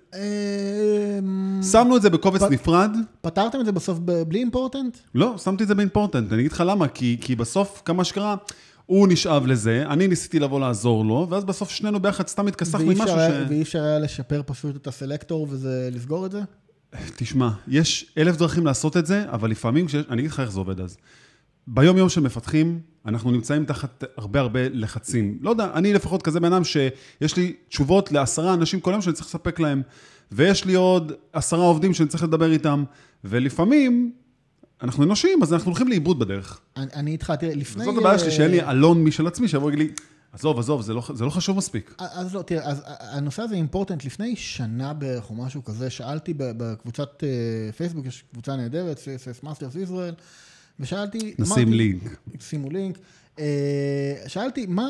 שמנו את זה בקובץ נפרד. פתרתם את זה בסוף בלי אימפורטנט? לא, שמתי את זה באימפורטנט. אני אגיד לך למה, כי בסוף, כמה שקרה, הוא נשאב לזה, אני ניסיתי לבוא לעזור לו, ואז בסוף שנינו ביחד סתם התכסחנו ממשהו ואי אפשר היה לשפר פשוט את הסלקטור וזה לסגור את זה? תשמע, יש 1000 דרכים לעשות את זה, אבל לפעמים, אני אגיד לך איך זה עובד אז. ביום יום שמפתחים, אנחנו נמצאים תחת הרבה לחצים. לא יודע, אני לפחות כזה בן אדם שיש לי תשובות ל10 אנשים כל יום שאני צריך לספק להם, ויש לי עוד 10 עובדים שאני צריך לדבר איתם, ולפעמים אנחנו אנושיים, אז אנחנו הולכים לאיבוד בדרך. אני איתך, תראה, לפני... זאת הבעיה שלי, שאין לי אלון משל עצמי, שיבוא ויגיד לי, עזוב, זה לא חשוב מספיק. אז לא, תראה, אז הנושא הזה אימפורטנט, לפני שנה בערך או משהו כזה, שאלתי בקבוצת פייסבוק, יש קבוצה נהדרת, CSS Masters Israel, ושאלתי... נשים לינק. שימו לינק. שאלתי, מה...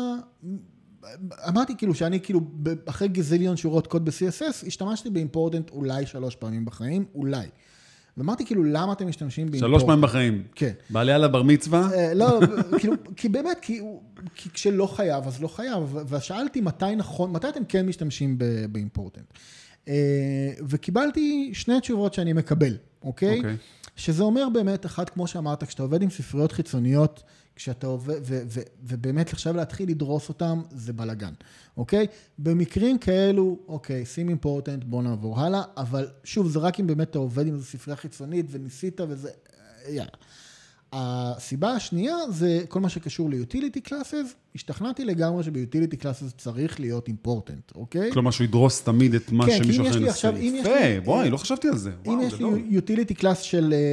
אמרתי כאילו שאני כאילו אחרי גזיליון שורות קוד ב-CSS, השתמשתי באימפורטנט אולי 3 פעמים בחיים, אולי. ואמרתי כאילו, למה אתם משתמשים באימפורטנט? 3 פעמים בחיים. כן. בעלי על הבר מצווה? לא, כאילו, כי באמת, כי כשלא חייב, אז לא חייב. ושאלתי מתי נכון, מתי אתם כן משתמשים באימפורטנט. וקיבלתי 2 תשובות שאני מקבל, אוקיי? שזה אומר באמת, אחד, כמו שאמרת, כשאתה עובד עם ספריות חיצוניות, כשאתה עובד, ובאמת עכשיו להתחיל לדרוס אותם, זה בלגן, אוקיי? במקרים כאלו, אוקיי, שים אימפורטנט, בוא נעבור הלאה, אבל שוב, זה רק אם באמת אתה עובד עם איזו ספרייה חיצונית, וניסית וזה, יאללה. הסיבה השנייה זה כל מה שקשור ל-utility classes, השתכנעתי לגמרי שב-utility classes צריך להיות important, אוקיי? כלומר שהוא ידרוס תמיד את מה שמישהו אחר נעשה. יפה, בואי, לא חשבתי על זה. אם יש לי utility class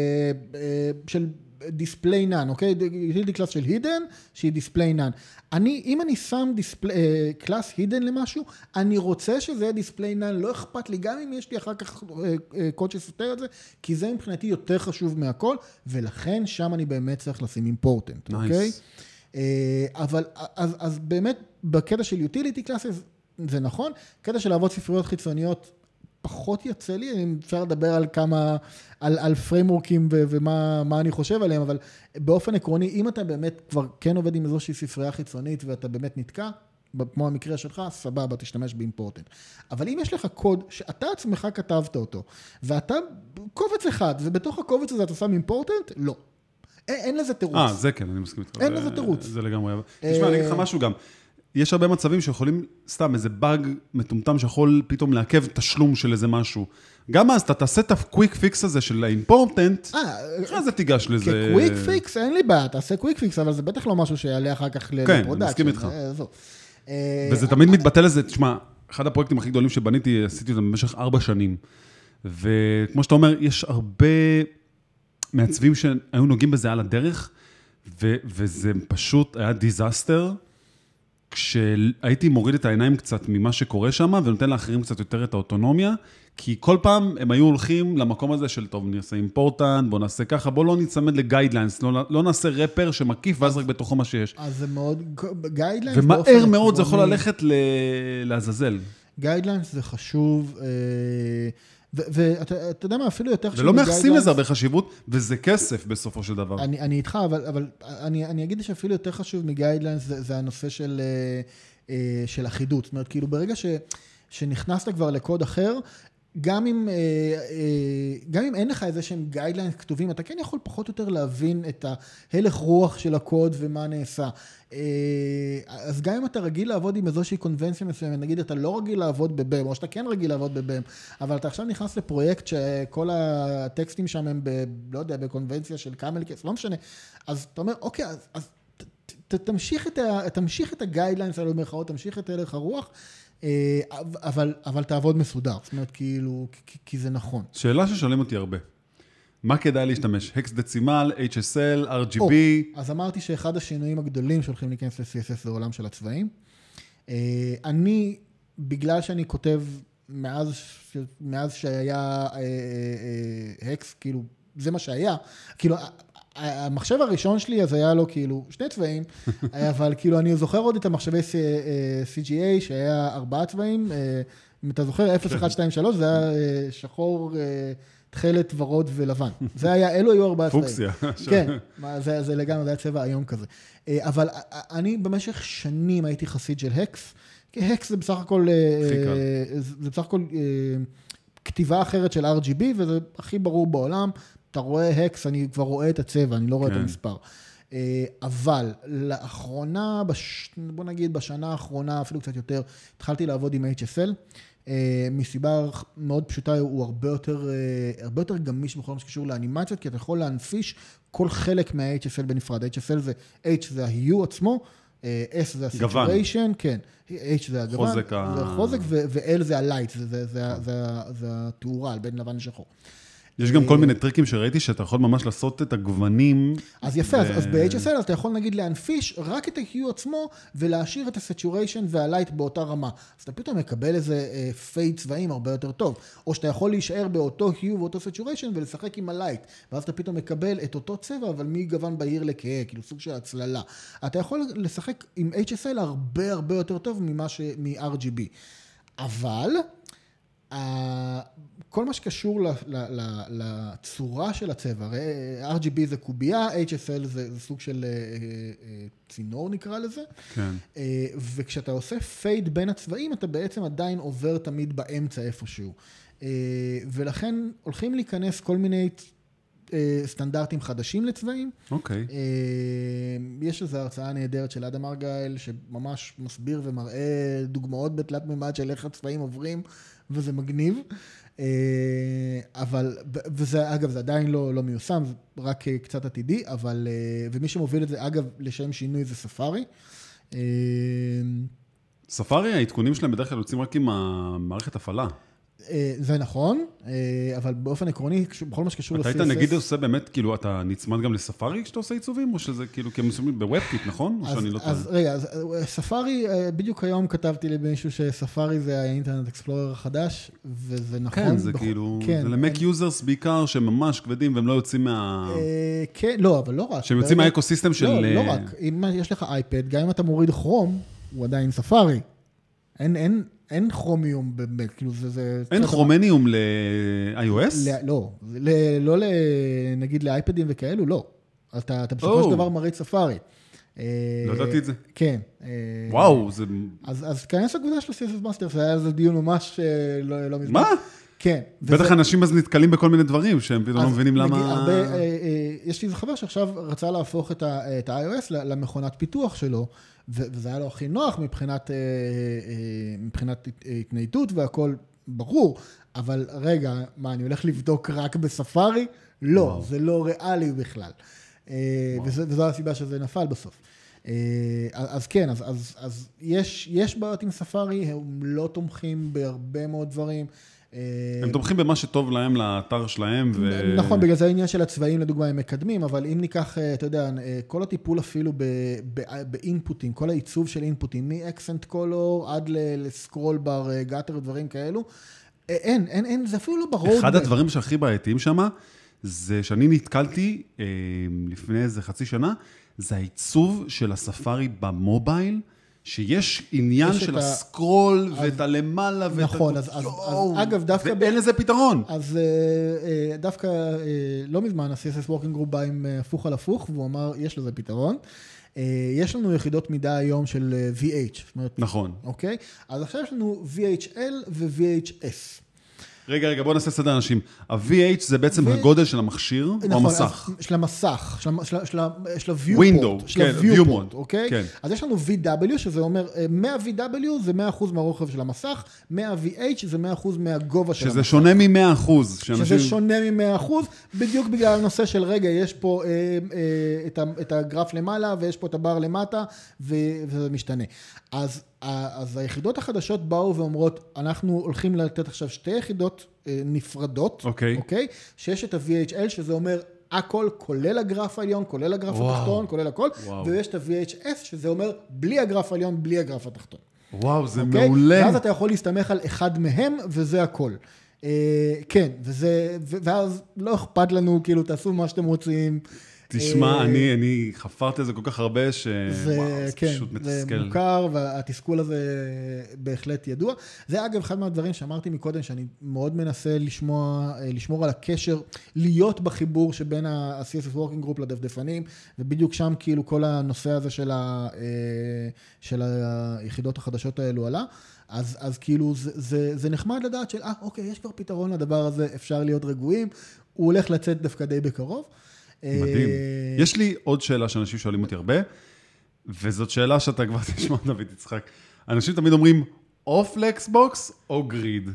של display none, אוקיי? utility class של hidden, שהיא display none. אם אני שם class hidden למשהו, אני רוצה שזה יהיה display none, לא אכפת לי, גם אם יש לי אחר כך קוד שסותר את זה, כי זה מבחינתי יותר חשוב מהכל, ולכן שם אני באמת צריך לשים important, אוקיי? אבל, אז באמת, בקטע של utility classes, זה נכון, קטע של לעבוד ספריות חיצוניות, פחות יצא לי, אני אפשר לדבר על כמה, על פריימורקים ומה אני חושב עליהם, אבל באופן עקרוני, אם אתה באמת כבר כן עובד עם איזושהי ספרייה חיצונית, ואתה באמת נתקע, כמו המקרה שלך, סבבה, תשתמש באימפורטנט. אבל אם יש לך קוד שאתה עצמך כתבת אותו, ואתה קובץ אחד, ובתוך הקובץ הזה אתה שם אימפורטנט, לא. אין לזה תירוץ. זה כן, אני מסכים איתך. אין לזה תירוץ. זה לגמרי. תשמע, אני אגיד לך משהו גם. יש הרבה מצבים שיכולים, סתם, איזה באג מטומטם שיכול פתאום לעכב תשלום של איזה משהו. גם אז, אתה תעשה את הקוויק פיקס הזה של האימפורטנט, אחרי זה תיגש לזה. כקוויק פיקס, אין לי בעיה, תעשה קוויק פיקס, אבל זה בטח לא משהו שיעלה אחר כך לפרודקט. כן, אני מסכים איתך. וזה תמיד מתבטא לזה, תשמע, אחד הפרויקטים הכי גדולים שבניתי, עשיתי אותם במשך 4 שנים. וכמו שאתה אומר, יש הרבה מעצבים שהיו נוגעים בזה על הדרך, וזה פשוט היה דיזסטר, כשהייתי מוריד את העיניים קצת ממה שקורה שם, ונותן לאחרים קצת יותר את האוטונומיה, כי כל פעם הם היו הולכים למקום הזה של, טוב, נעשה אימפורטנט, בוא נעשה ככה, בוא לא נצמד לגיידליינס, לא נעשה רפר שמקיף, ואז רק בתוכו מה שיש. אז זה מאוד, גיידליינס... ומהר מאוד זה יכול ללכת לעזאזל. גיידליינס זה חשוב, ואתה יודע מה, אפילו יותר חשוב... ולא מייחסים לזה הרבה חשיבות, וזה כסף בסופו של דבר. אני איתך, אבל אני אגיד שאפילו יותר חשוב מגיידליינס, זה הנושא של אחידות. זאת אומרת, כאילו ברגע שנכנסת כבר לקוד אחר, גם אם אין לך איזה שהם גיידליינס כתובים, אתה כן יכול פחות או יותר להבין את ההלך רוח של הקוד ומה נעשה. אז גם אם אתה רגיל לעבוד עם איזושהי קונבנציה מסוימת, נגיד אתה לא רגיל לעבוד בבם, או שאתה כן רגיל לעבוד בבם, אבל אתה עכשיו נכנס לפרויקט שכל הטקסטים שם הם לא יודע, בקונבנציה של קאמלקס, לא משנה. אז אתה אומר, אוקיי, אז תמשיך את הגיידליינס האלה במרכאות, תמשיך את הלך הרוח, אבל תעבוד מסודר, זאת אומרת, כאילו, כי זה נכון. שאלה ששואלים אותי הרבה, מה כדאי להשתמש? הקס דצימל, HSL, RGB? אז אמרתי שאחד השינויים הגדולים שהולכים להיכנס ל-CSS זה עולם של הצבעים. אני, בגלל שאני כותב מאז שהיה הקס, כאילו, זה מה שהיה, כאילו, המחשב הראשון שלי, אז היה לו כאילו 2 צבעים, אבל כאילו אני זוכר עוד את המחשבי CGA, שהיה 4 צבעים, אם אתה זוכר, 0, 1, 2, 3, זה היה שחור, תכלת, ורוד ולבן. זה היה, אלו היו 4 צבעים. פוקסיה. כן, זה לגמרי, זה היה צבע היום כזה. אבל אני במשך שנים הייתי חסיד של הקס, כי הקס זה בסך הכל, כתיבה אחרת של RGB, וזה הכי ברור בעולם, אתה רואה הקס, אני כבר רואה את הצבע, אני לא רואה את המספר. אבל לאחרונה, בוא נגיד בשנה האחרונה, אפילו קצת יותר, התחלתי לעבוד עם HSL, מסיבה מאוד פשוטה, הוא הרבה יותר גמיש בכל מה שקשור לאנימציות, כי אתה יכול להנפיש כל חלק מה-HSL בנפרד. HSL זה, H זה ה-U עצמו, S זה ה-Situation, כן, H זה הגוון, זה החוזק, ו-L זה ה-Light, זה התאורה, בין לבן לשחור. יש גם כל מיני טריקים שראיתי שאתה יכול ממש לעשות את הגוונים. אז יפה, אז ב-HSL אתה יכול נגיד להנפיש רק את ה-Hue עצמו, ולהשאיר את ה-Saturation וה-Light באותה רמה. אז אתה פתאום מקבל איזה פייד צבעים הרבה יותר טוב. או שאתה יכול להישאר באותו Hue ואותו Saturation ולשחק עם ה-Light. ואז אתה פתאום מקבל את אותו צבע, אבל מגוון בהיר לכהה, כאילו סוג של הצללה. אתה יכול לשחק עם HSL הרבה הרבה יותר טוב מ-RGB. אבל כל מה שקשור לצורה של הצבע, RGB זה קובייה, HSL זה סוג של צינור נקרא לזה, כן. וכשאתה עושה פייד בין הצבעים, אתה בעצם עדיין עובר תמיד באמצע איפשהו. ולכן הולכים להיכנס כל מיני סטנדרטים חדשים לצבעים. אוקיי. יש איזו הרצאה נהדרת של אדם ארגייל, שממש מסביר ומראה דוגמאות בתלת מימד של איך הצבעים עוברים, וזה מגניב. אבל, וזה, אגב, זה עדיין לא מיושם, זה רק קצת עתידי, אבל, ומי שמוביל את זה, אגב, לשם שינוי זה ספארי. ספארי, העדכונים שלהם בדרך כלל יוצאים רק עם המערכת הפעלה. זה נכון, אבל באופן עקרוני, בכל מה שקשור אתה היית נגיד עושה באמת, כאילו, אתה נצמד גם לספארי כשאתה עושה עיצובים, או שזה כאילו, כי הם מסוימים בוובקיט, נכון? אז רגע, ספארי, בדיוק היום כתבתי למישהו שספארי זה האינטרנט אקספלורר החדש, וזה נכון. כן, זה כאילו, זה למק יוזרס בעיקר, שהם ממש כבדים, והם לא יוצאים מה... כן, לא, אבל לא רק. שהם יוצאים מהאקוסיסטם של... לא רק, אם יש לך אייפד, גם אם אתה מוריד כרום, הוא עדיין ספארי. אין כרומיום באמת, כאילו זה... אין כרומניום ל-iOS? לא, נגיד לאייפדים וכאלו, לא. אתה בסופו של דבר מריץ ספארי. לא ידעתי את זה. כן. וואו, זה... אז כנס הגבודה של CSS Master, זה היה איזה דיון ממש לא מזמן. מה? כן. בטח אנשים אז נתקלים בכל מיני דברים, שהם פתאום לא מבינים למה... יש לי איזה חבר שעכשיו רצה להפוך את ה-iOS למכונת פיתוח שלו, וזה היה לו הכי נוח מבחינת התנייתות והכל ברור, אבל רגע, מה, אני הולך לבדוק רק בספארי? לא, זה לא ריאלי בכלל. וזו הסיבה שזה נפל בסוף. אז כן, אז יש בעיות עם ספארי, הם לא תומכים בהרבה מאוד דברים. הם תומכים במה שטוב להם לאתר שלהם. נכון, בגלל זה העניין של הצבעים, לדוגמה, הם מקדמים, אבל אם ניקח, אתה יודע, כל הטיפול אפילו באינפוטים, כל העיצוב של אינפוטים, מ-Accent Color עד לסקרול בר, גאטר, דברים כאלו, אין, זה אפילו לא ברור. אחד הדברים שהכי בעייתיים שמה, זה שאני נתקלתי לפני איזה חצי שנה, זה העיצוב של הספארי במובייל, שיש עניין של הסקרול ואת הלמעלה. נכון, אז אגב דווקא... ואין לזה פתרון. אז דווקא לא מזמן, ה-CSS Working Group בא עם הפוך על הפוך, והוא אמר, יש לזה פתרון. יש לנו יחידות מידה היום של VH. נכון. אוקיי? אז עכשיו יש לנו VHL ו-VHS. רגע, בוא נעשה סדר אנשים. ה-VH זה בעצם הגודל של המכשיר או המסך? של המסך, של ה-viewport. של ה-viewport, אוקיי? אז יש לנו VW, שזה אומר, 100 VW זה 100% מהרוחב של המסך, 100 VH זה 100% מהגובה של המסך. שזה שונה מ-100%. שזה שונה מ-100%, בדיוק בגלל הנושא של רגע, יש פה את הגרף למעלה, ויש פה את הבר למטה, וזה משתנה. אז היחידות החדשות באו ואומרות, אנחנו הולכים לתת עכשיו שתי יחידות נפרדות, אוקיי? שיש את ה-VHL, שזה אומר הכל, כולל הגרף העליון, כולל הגרף התחתון, כולל הכל, ויש את ה-VHS, שזה אומר בלי הגרף העליון, בלי הגרף התחתון. וואו, זה מעולה. ואז אתה יכול להסתמך על אחד מהם, וזה הכל. כן, ואז לא אכפת לנו, כאילו, תעשו מה שאתם רוצים. תשמע, אני חפרתי את זה כל כך הרבה, זה פשוט מתסכל. זה מוכר, והתסכול הזה בהחלט ידוע. זה אגב אחד מהדברים שאמרתי מקודם, שאני מאוד מנסה לשמור על הקשר, להיות בחיבור שבין ה-CSS Working Group לדפדפנים, ובדיוק שם כאילו כל הנושא הזה של היחידות החדשות האלו עלה. אז כאילו זה נחמד לדעת של, אוקיי, יש כבר פתרון לדבר הזה, אפשר להיות רגועים, הוא הולך לצאת דווקא די בקרוב. מדהים. יש לי עוד שאלה שאנשים שואלים אותי הרבה, וזאת שאלה שאתה כבר תשמע, דוד יצחק. אנשים תמיד אומרים, או פלקסבוקס או גריד.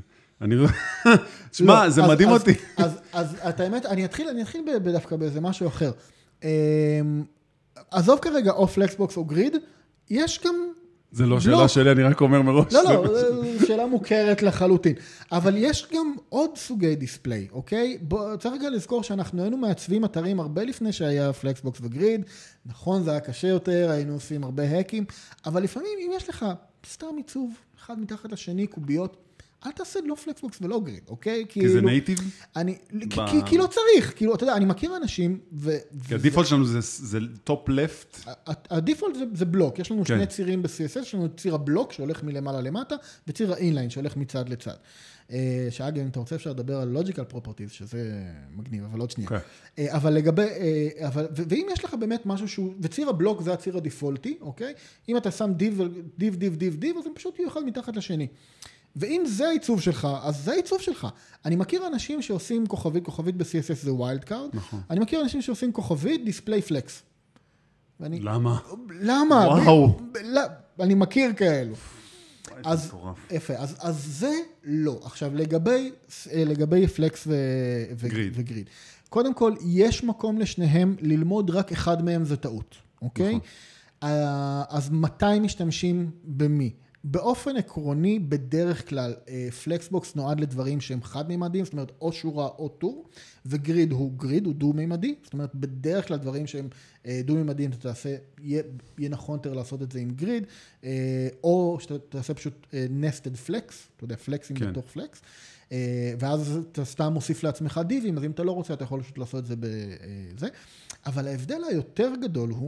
תשמע, זה מדהים אותי. אז את האמת, אני אתחיל דווקא באיזה משהו אחר. עזוב כרגע או פלקסבוקס או גריד, יש גם זה לא שאלה שלי, אני רק אומר מראש. לא, זו שאלה מוכרת לחלוטין. אבל יש גם עוד סוגי דיספליי, אוקיי? צריך רגע לזכור שאנחנו היינו מעצבים אתרים הרבה לפני שהיה פלקסבוקס וגריד. נכון, זה היה קשה יותר, היינו עושים הרבה האקים, אבל לפעמים אם יש לך סתם עיצוב, אחד מתחת לשני, קוביות, אל תעשה לא פלקסבוקס ולא גריד, אוקיי? כי זה נייטיב? כי לא צריך, כאילו, אתה יודע, אני מכיר אנשים כי הדיפולט שלנו זה טופ לפט. הדיפולט זה בלוק, יש לנו שני צירים ב-CSS, יש לנו ציר הבלוק שהולך מלמעלה למטה, וציר האינליין שהולך מצד לצד. שאגב, אם אתה רוצה אפשר לדבר על logical properties, שזה מגניב, אבל עוד שנייה. אבל לגבי, ואם יש לך באמת משהו שהוא, וציר הבלוק זה הציר הדיפולטי, אוקיי? אם אתה שם דיב, אז הם פשוט יהיו אחד מתחת לשני. ואם זה העיצוב שלך, אז זה העיצוב שלך. אני מכיר אנשים שעושים כוכבית ב-CSS זה ווילד קארד. נכון. אני מכיר אנשים שעושים כוכבית דיספליי פלקס. למה? למה? וואו. אני מכיר כאלו. אז יפה, אז זה לא. עכשיו, לגבי פלקס וגריד. קודם כל, יש מקום לשניהם ללמוד רק אחד מהם זה טעות, אוקיי? אז מתי משתמשים במי? באופן עקרוני, בדרך כלל, פלקסבוקס נועד לדברים שהם חד-מימדיים, זאת אומרת, או שורה או טור, וגריד הוא דו-מימדי, זאת אומרת, בדרך כלל דברים שהם דו-מימדיים, אתה תעשה, יהיה נכון יותר לעשות את זה עם גריד, או שאתה תעשה פשוט nested flex, אתה יודע, פלקסים בתוך פלקס, ואז אתה סתם מוסיף לעצמך דיבים, אז אם אתה לא רוצה, אתה יכול פשוט לעשות את זה בזה, אבל ההבדל היותר גדול הוא,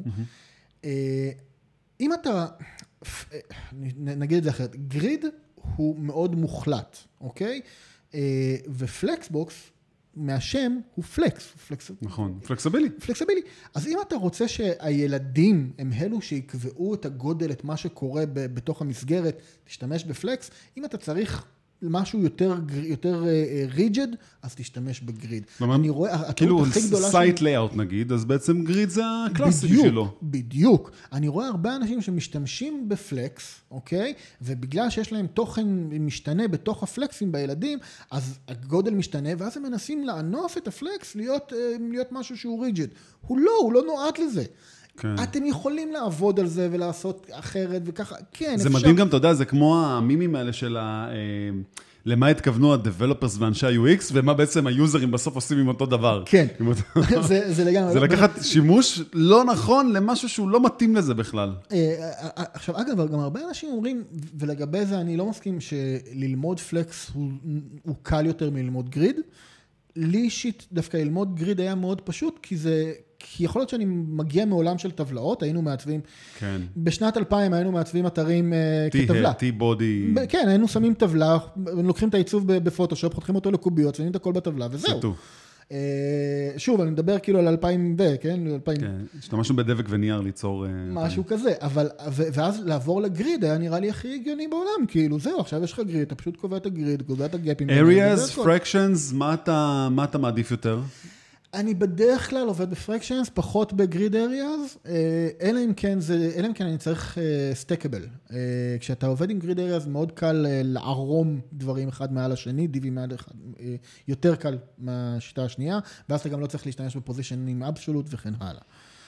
אם אתה, נגיד את זה אחרת, גריד הוא מאוד מוחלט, אוקיי? ופלקסבוקס, מהשם הוא פלקס. נכון, פלקסבילי. פלקסבילי. אז אם אתה רוצה שהילדים הם אלו שיקבעו את הגודל, את מה שקורה בתוך המסגרת, תשתמש בפלקס. אם אתה צריך משהו יותר ריג'ד, אז תשתמש בגריד. אני רואה, כאילו סייט לייאוט נגיד, אז בעצם גריד זה הקלאסי שלו. בדיוק. אני רואה הרבה אנשים שמשתמשים בפלקס, אוקיי? ובגלל שיש להם תוכן משתנה בתוך הפלקסים בילדים, אז הגודל משתנה, ואז הם מנסים לאנוף את הפלקס להיות משהו שהוא ריג'ד. הוא לא נועד לזה. כן. אתם יכולים לעבוד על זה ולעשות אחרת וככה, כן, זה אפשר. מדהים גם, אתה יודע, זה כמו המימים האלה של למה התכוונו ה-developers ואנשי ה-UX, ומה בעצם היוזרים בסוף עושים עם אותו דבר. כן, זה לגמרי. זה לקחת שימוש לא נכון למשהו שהוא לא מתאים לזה בכלל. עכשיו, אגב, גם הרבה אנשים אומרים, ולגבי זה אני לא מסכים שללמוד פלקס הוא קל יותר מללמוד גריד. לי אישית דווקא ללמוד גריד היה מאוד פשוט, כי יכול להיות שאני מגיע מעולם של טבלאות, היינו מעצבים, כן. בשנת 2000 היינו מעצבים אתרים כטבלה. T-body. כן, היינו שמים טבלה, לוקחים את העיצוב בפוטושופ, חותכים אותו לקוביות, שמים את הכל בטבלה, וזהו. שוב, אני מדבר כאילו על 2000 כן? כן, השתמשנו בדבק ונייר ליצור... משהו כזה, ואז לעבור לגריד היה נראה לי הכי הגיוני בעולם, כאילו זהו, עכשיו יש לך גריד, אתה פשוט קובע את הגריד, קובע את הגאפים. areas, fractions, מה אתה מעדיף יותר? אני בדרך כלל עובד בפרקשנס, פחות בגריד אריאז, אלא אם כן אני צריך סטקבל. כשאתה עובד עם גריד אריאז, מאוד קל לערום דברים אחד מעל השני, דיבים מעל אחד, יותר קל מהשיטה השנייה, ואז אתה גם לא צריך להשתמש בפוזישנים אבסולוט וכן הלאה.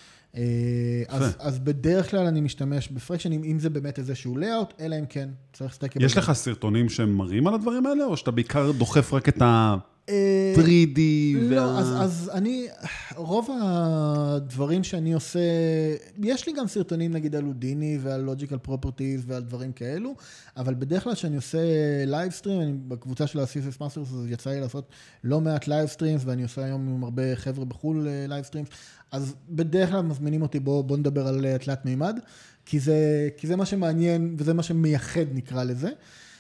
אז בדרך כלל אני משתמש בפרקשנים, אם זה באמת איזשהו לאyout, אלא אם כן צריך סטקבל. יש לך סרטונים שמראים על הדברים האלה, או שאתה בעיקר דוחף רק את ה... 3D לא, אז אני, רוב הדברים שאני עושה, יש לי גם סרטונים נגיד על הודיני ועל logical properties ועל דברים כאלו, אבל בדרך כלל שאני עושה לייב סטרים, בקבוצה של ה-CSS Masters, אז יצא לי לעשות לא מעט לייב סטרימס, ואני עושה היום עם הרבה חבר'ה בחול לייב סטרימס, אז בדרך כלל מזמינים אותי, בוא נדבר על תלת מימד, כי זה מה שמעניין וזה מה שמייחד נקרא לזה.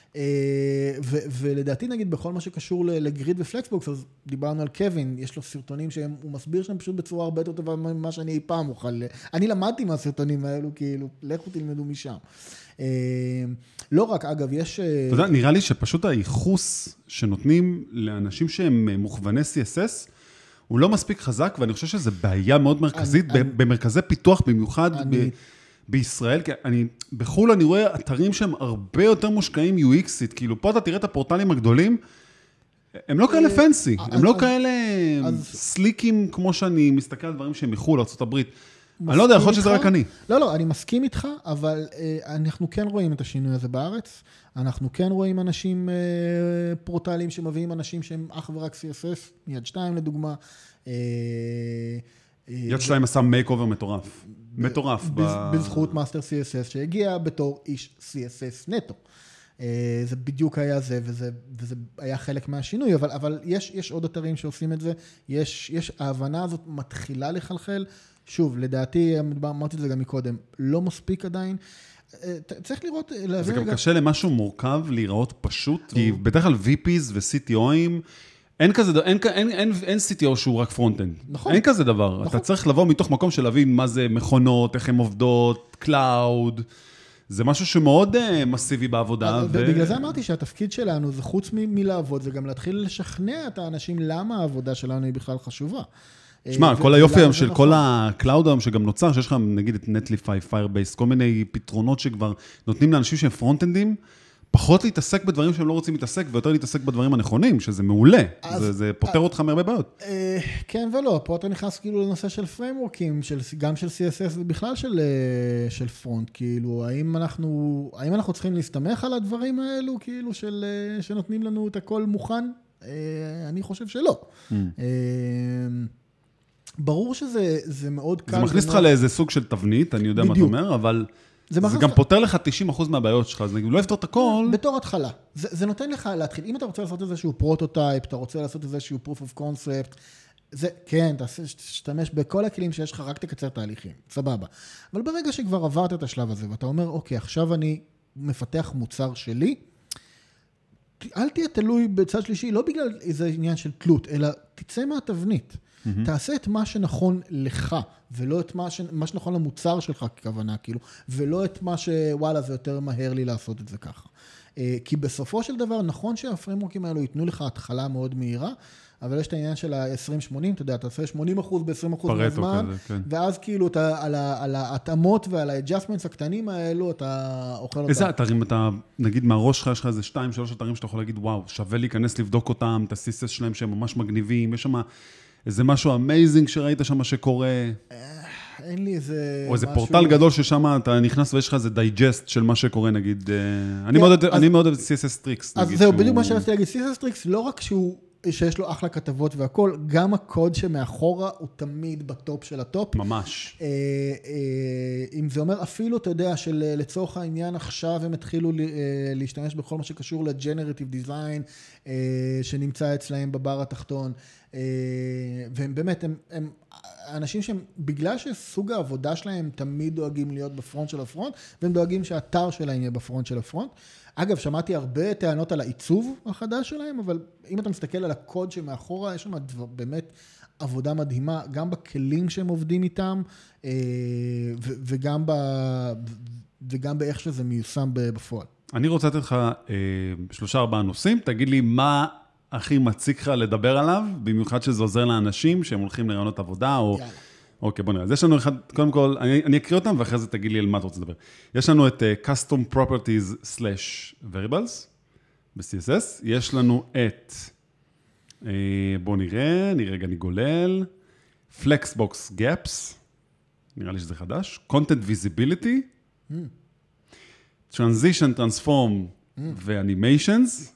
ולדעתי נגיד בכל מה שקשור לגריד ופלקסבוקס, אז דיברנו על קווין, יש לו סרטונים שהוא מסביר שם פשוט בצורה הרבה יותר טובה ממה שאני אי פעם אוכל. אני למדתי מהסרטונים האלו, כאילו, לכו תלמדו משם. לא רק, אגב, יש... אתה יודע, נראה לי שפשוט הייחוס שנותנים לאנשים שהם מוכווני CSS, הוא לא מספיק חזק, ואני חושב שזו בעיה מאוד מרכזית, במרכזי פיתוח במיוחד, בישראל, כי בחול אני רואה אתרים שהם הרבה יותר מושקעים UX-ית, כאילו פה אתה תראה את הפורטלים הגדולים, הם לא כאלה פנסי, הם לא כאלה סליקים כמו שאני מסתכל על דברים שהם מחול, ארצות הברית. אני לא יודע, יכול להיות שזה רק אני. לא, אני מסכים איתך, אבל אנחנו כן רואים את השינוי הזה בארץ. אנחנו כן רואים אנשים פורטליים שמביאים אנשים שהם אך ורק CSS, יד 2 לדוגמה. יד 2 עשה מייק אובר מטורף. מטורף. בזכות מאסטר CSS שהגיע בתור איש CSS נטו. זה בדיוק היה זה, וזה היה חלק מהשינוי, אבל יש עוד אתרים שעושים את זה, ההבנה הזאת מתחילה לחלחל, שוב, לדעתי, אמרתי את זה גם מקודם, לא מספיק עדיין, צריך לראות, זה גם קשה למשהו מורכב להיראות פשוט, כי בדרך כלל VPs ו-CTOים, אין CTO שהוא רק פרונט-אנד. נכון. אין כזה דבר. אתה צריך לבוא מתוך מקום של להבין מה זה מכונות, איך הן עובדות, קלאוד, זה משהו שמאוד מסיבי בעבודה. בגלל זה אמרתי שהתפקיד שלנו זה חוץ מלעבוד, זה גם להתחיל לשכנע את האנשים למה העבודה שלנו היא בכלל חשובה. שמע, כל היופי היום של כל הקלאוד היום שגם נוצר, שיש לך נגיד את נטליפיי, פיירבייס, כל מיני פתרונות שכבר נותנים לאנשים שהם פרונט-אנדים, פחות להתעסק בדברים שהם לא רוצים להתעסק, ויותר להתעסק בדברים הנכונים, שזה מעולה. זה פותר אותך מהרבה בעיות. כן ולא, פה אתה נכנס כאילו לנושא של פריימוורקים, גם של CSS ובכלל של פרונט, כאילו, האם אנחנו צריכים להסתמך על הדברים האלו, כאילו, שנותנים לנו את הכל מוכן? אני חושב שלא. ברור שזה מאוד קל. זה מכניס לך לאיזה סוג של תבנית, אני יודע מה אתה אומר, אבל זה גם פותר לך 90% מהבעיות שלך, זה לא יפתור את הכל. בתור התחלה. זה נותן לך להתחיל. אם אתה רוצה לעשות איזשהו פרוטוטייפ, אתה רוצה לעשות איזשהו proof of concept, זה, כן, תשתמש בכל הכלים שיש לך, רק תקצר תהליכים, סבבה. אבל ברגע שכבר עברת את השלב הזה, ואתה אומר, אוקיי, עכשיו אני מפתח מוצר שלי, אל תהיה תלוי בצד שלישי, לא בגלל איזה עניין של תלות, אלא תצא מהתבנית. תעשה את מה שנכון לך, ולא את מה שנכון למוצר שלך ככוונה, כאילו, ולא את מה שוואלה, זה יותר מהר לי לעשות את זה ככה. כי בסופו של דבר, נכון שהפריימוורקים האלו ייתנו לך התחלה מאוד מהירה, אבל יש את העניין של ה-20-80, אתה יודע, אתה עושה 80% ב-20% מהזמן, כן. ואז כאילו על ההתאמות ועל ה-adjustments הקטנים האלו, אתה אוכל אותם. איזה אתרים אתה, נגיד מהראש שלך, יש לך איזה 2-3 אתרים שאתה יכול להגיד, וואו, שווה להיכנס לבדוק אותם, את ה-CSS שלהם שהם ממש מגניבים, יש שם איזה משהו אמייזינג שראית שם שקורה. אין לי איזה או איזה פורטל גדול ששם אתה נכנס ויש לך איזה דייג'סט של מה שקורה, נגיד. אני מאוד אוהב CSS Tricks. אז זהו, בדיוק מה שרציתי להגיד, CSS Tricks לא רק שיש לו אחלה כתבות והכל, גם הקוד שמאחורה הוא תמיד בטופ של הטופ. ממש. אם זה אומר אפילו, אתה יודע, שלצורך העניין עכשיו הם התחילו להשתמש בכל מה שקשור ל-Generative Design, שנמצא אצלהם בבר התחתון, והם באמת, הם אנשים שהם, בגלל שסוג העבודה שלהם תמיד דואגים להיות בפרונט של הפרונט, והם דואגים שהאתר שלהם יהיה בפרונט של הפרונט. אגב, שמעתי הרבה טענות על העיצוב החדש שלהם, אבל אם אתה מסתכל על הקוד שמאחורה, יש שם באמת עבודה מדהימה, גם בכלים שהם עובדים איתם, וגם באיך שזה מיושם בפועל. אני רוצה לתת לך 3-4 נושאים, תגיד לי מה הכי מציק לך לדבר עליו, במיוחד שזה עוזר לאנשים שהם הולכים לרעיונות עבודה, או... אוקיי, בוא נראה. אז יש לנו אחד, קודם כל, אני אקריא אותם, ואחרי זה תגיד לי על מה אתה רוצה לדבר. יש לנו את custom properties/variables ב-CSS. יש לנו את, בוא נראה, אני רגע נגולל, flexbox gaps, נראה לי שזה חדש, content visibility, transition, transform ו-animations.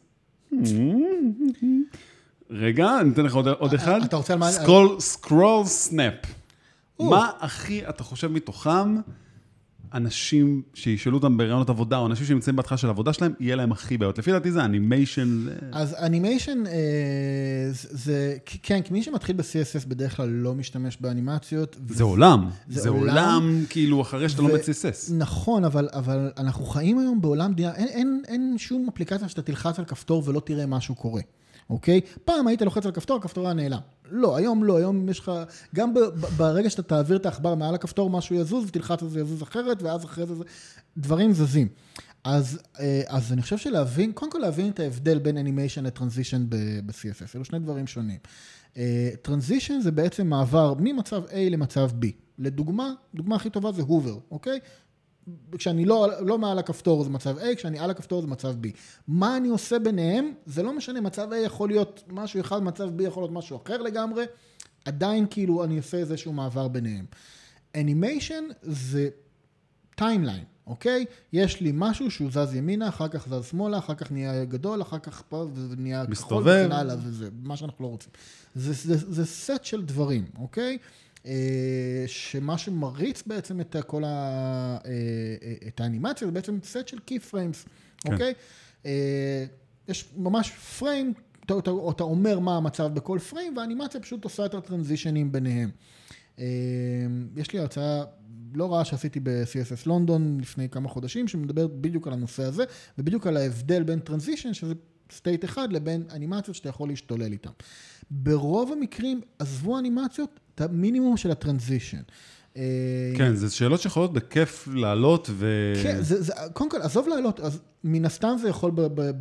רגע, אני אתן לך עוד אחד. אתה רוצה על מה? scroll snap. מה הכי, אתה חושב מתוכם, אנשים שישאלו אותם ברעיונות עבודה, או אנשים שנמצאים בהתחלה של העבודה שלהם, יהיה להם הכי בעיות. לפי דעתי זה אנימיישן. אז אנימיישן, זה, כן, כי מי שמתחיל ב-CSS בדרך כלל לא משתמש באנימציות. זה עולם. זה עולם, כאילו, אחרי שאתה לא ב-CSS. נכון, אבל אנחנו חיים היום בעולם, אין שום אפליקציה שאתה תלחץ על כפתור ולא תראה משהו קורה. אוקיי? פעם היית לוחץ על כפתור, הכפתור היה נעלם. לא, היום יש לך, גם ברגע שאתה תעביר את האחבר מעל הכפתור, משהו יזוז, ותלחץ על זה יזוז אחרת, ואז אחרי זה, דברים זזים. אז אני חושב שלהבין, קודם כל להבין את ההבדל בין אנימיישן לטרנזישן ב-CSS. אלו שני דברים שונים. טרנזישן זה בעצם מעבר ממצב A למצב B. לדוגמה, דוגמה הכי טובה זה הובר, אוקיי? כשאני לא מעל הכפתור זה מצב A, כשאני על הכפתור זה מצב B. מה אני עושה ביניהם? זה לא משנה, מצב A יכול להיות משהו אחד, מצב B יכול להיות משהו אחר לגמרי, עדיין כאילו אני עושה איזשהו מעבר ביניהם. אנימיישן זה טיימליין, אוקיי? יש לי משהו שהוא זז ימינה, אחר כך זז שמאלה, אחר כך נהיה גדול, אחר כך פה ונהיה כחול וכן הלאה, וזה מה שאנחנו לא רוצים. זה סט של דברים, אוקיי? שמה שמריץ בעצם את כל את האנימציה, זה בעצם סט של key frames, אוקיי? יש ממש פריים, אתה אומר מה המצב בכל פריים, והאנימציה פשוט עושה את הטרנזישנים ביניהם. יש לי הרצאה לא רעה שעשיתי ב-CSS לונדון לפני כמה חודשים, שמדברת בדיוק על הנושא הזה, ובדיוק על ההבדל בין טרנזישן, שזה סטייט אחד, לבין אנימציות שאתה יכול להשתולל איתם. ברוב המקרים, עזבו אנימציות, את המינימום של הטרנזישן. כן, זה שאלות שיכולות בכיף לעלות ו... כן, קודם כל, עזוב לעלות, אז מן הסתם זה יכול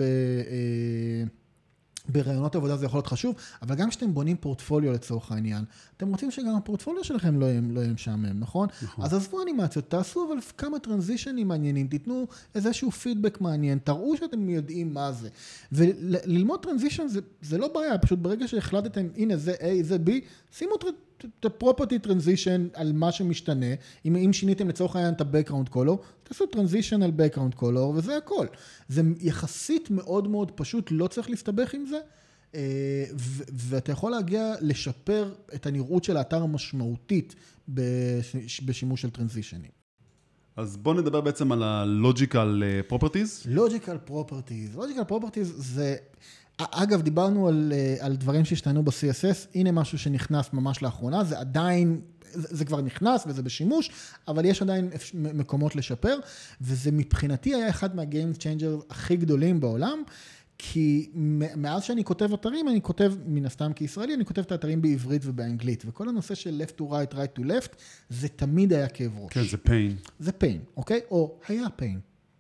ברעיונות עבודה זה יכול להיות חשוב, אבל גם כשאתם בונים פורטפוליו לצורך העניין, אתם רוצים שגם הפורטפוליו שלכם לא יהיה משעמם, נכון? אז עזבו אנימציות, תעשו אבל כמה טרנזישנים מעניינים, תיתנו איזשהו פידבק מעניין, תראו שאתם יודעים מה זה. וללמוד טרנזישן זה לא בעיה, פשוט ברגע שהחלטתם, הנה זה A, זה B, שימו את ה-property transition על מה שמשתנה, אם שיניתם לצורך העניין את ה-background color, תעשו transition על background color, וזה הכל. זה יחסית מאוד מאוד פשוט, לא צריך להסתבך עם זה, ואתה יכול להגיע לשפר את הנראות של האתר המשמעותית בשימוש של טרנזישנים. אז בואו נדבר בעצם על ה-logical properties. logical properties זה... אגב, דיברנו על דברים שהשתנו ב-CSS, הנה משהו שנכנס ממש לאחרונה, זה עדיין, זה כבר נכנס וזה בשימוש, אבל יש עדיין מקומות לשפר, וזה מבחינתי היה אחד מה-game changer הכי גדולים בעולם, כי מאז שאני כותב אתרים, אני כותב, מן הסתם כישראלי, אני כותב את האתרים בעברית ובאנגלית, וכל הנושא של left to right, right to left, זה תמיד היה כאב ראש. כן, זה pain. זה pain, אוקיי? או היה pain.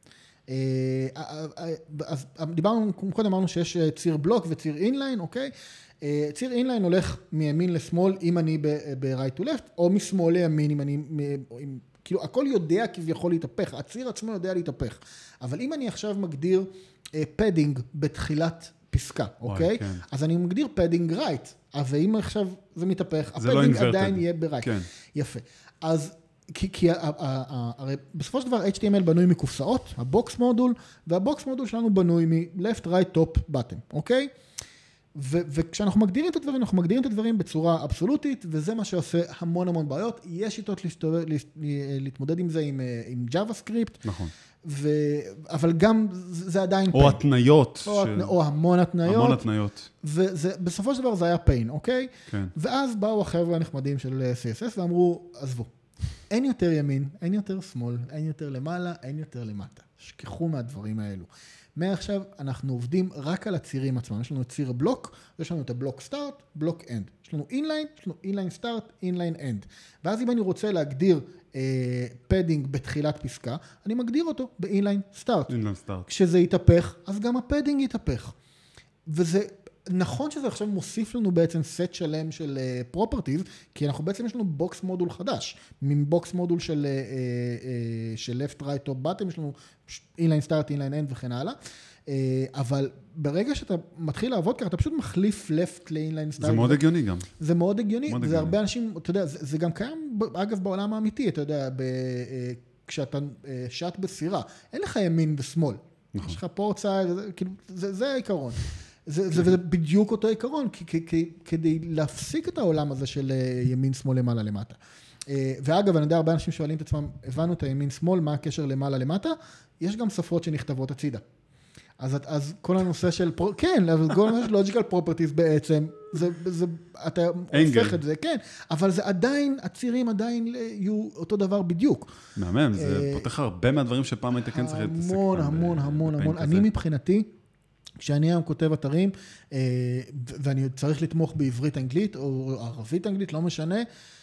אז דיברנו, קודם אמרנו שיש ציר בלוק וציר אינליין, אוקיי? ציר אינליין הולך מימין לשמאל, אם אני ב-right to left, או משמאל לימין, אם אני, כאילו, הכל יודע כביכול להתהפך, הציר עצמו יודע להתהפך. אבל אם אני עכשיו מגדיר פדינג בתחילת פסקה, אוקיי? אז אני מגדיר פדינג right, ואם עכשיו זה מתהפך, הפדינג עדיין יהיה ב-right. יפה. אז כי הרי בסופו של דבר HTML בנוי מקופסאות, הבוקס מודול, והבוקס מודול שלנו בנוי מ-left, right, top, bottom, אוקיי? וכשאנחנו מגדירים את הדברים, אנחנו מגדירים את הדברים בצורה אבסולוטית, וזה מה שעושה המון המון בעיות. יש שיטות להתמודד עם זה עם JavaScript, נכון. אבל גם זה עדיין או התניות. או המון התניות. המון התניות. ובסופו של דבר זה היה pain, אוקיי? כן. ואז באו החבר'ה הנחמדים של CSS ואמרו, עזבו. אין יותר ימין, אין יותר שמאל, אין יותר למעלה, אין יותר למטה. שכחו מהדברים האלו. מעכשיו אנחנו עובדים רק על הצירים עצמם. יש לנו את ציר הבלוק, יש לנו את הבלוק סטארט, בלוק אנד. יש לנו אינליין, יש לנו אינליין סטארט, אינליין אנד. ואז אם אני רוצה להגדיר פדינג בתחילת פסקה, אני מגדיר אותו באינליין סטארט. אינליין סטארט. כשזה יתהפך, אז גם הפדינג יתהפך. וזה... נכון שזה עכשיו מוסיף לנו בעצם סט שלם של פרופרטיז, כי אנחנו בעצם יש לנו בוקס מודול חדש, מבוקס מודול של left, right, top, bottom, יש לנו inline start, inline end וכן הלאה, אבל ברגע שאתה מתחיל לעבוד ככה, אתה פשוט מחליף left ל-inline start. זה מאוד הגיוני גם. זה מאוד הגיוני, זה הרבה אנשים, אתה יודע, זה גם קיים, אגב, בעולם האמיתי, אתה יודע, כשאתה שט בסירה, אין לך ימין ושמאל, יש לך פורצה, כאילו, זה העיקרון. זה בדיוק אותו עיקרון, כדי להפסיק את העולם הזה של ימין, שמאל, למעלה, למטה. ואגב, אני יודע, הרבה אנשים שואלים את עצמם, הבנו את הימין, שמאל, מה הקשר למעלה, למטה? יש גם ספרות שנכתבות הצידה. אז כל הנושא של, כן, אבל כל הנושא של logical properties בעצם, אתה הופך את זה, כן, אבל זה עדיין, הצירים עדיין יהיו אותו דבר בדיוק. מהמם, זה פותח הרבה מהדברים שפעם היית כן צריך להתעסק. המון. אני מבחינתי, כשאני היום כותב אתרים, ואני צריך לתמוך בעברית אנגלית, או ערבית אנגלית, לא משנה,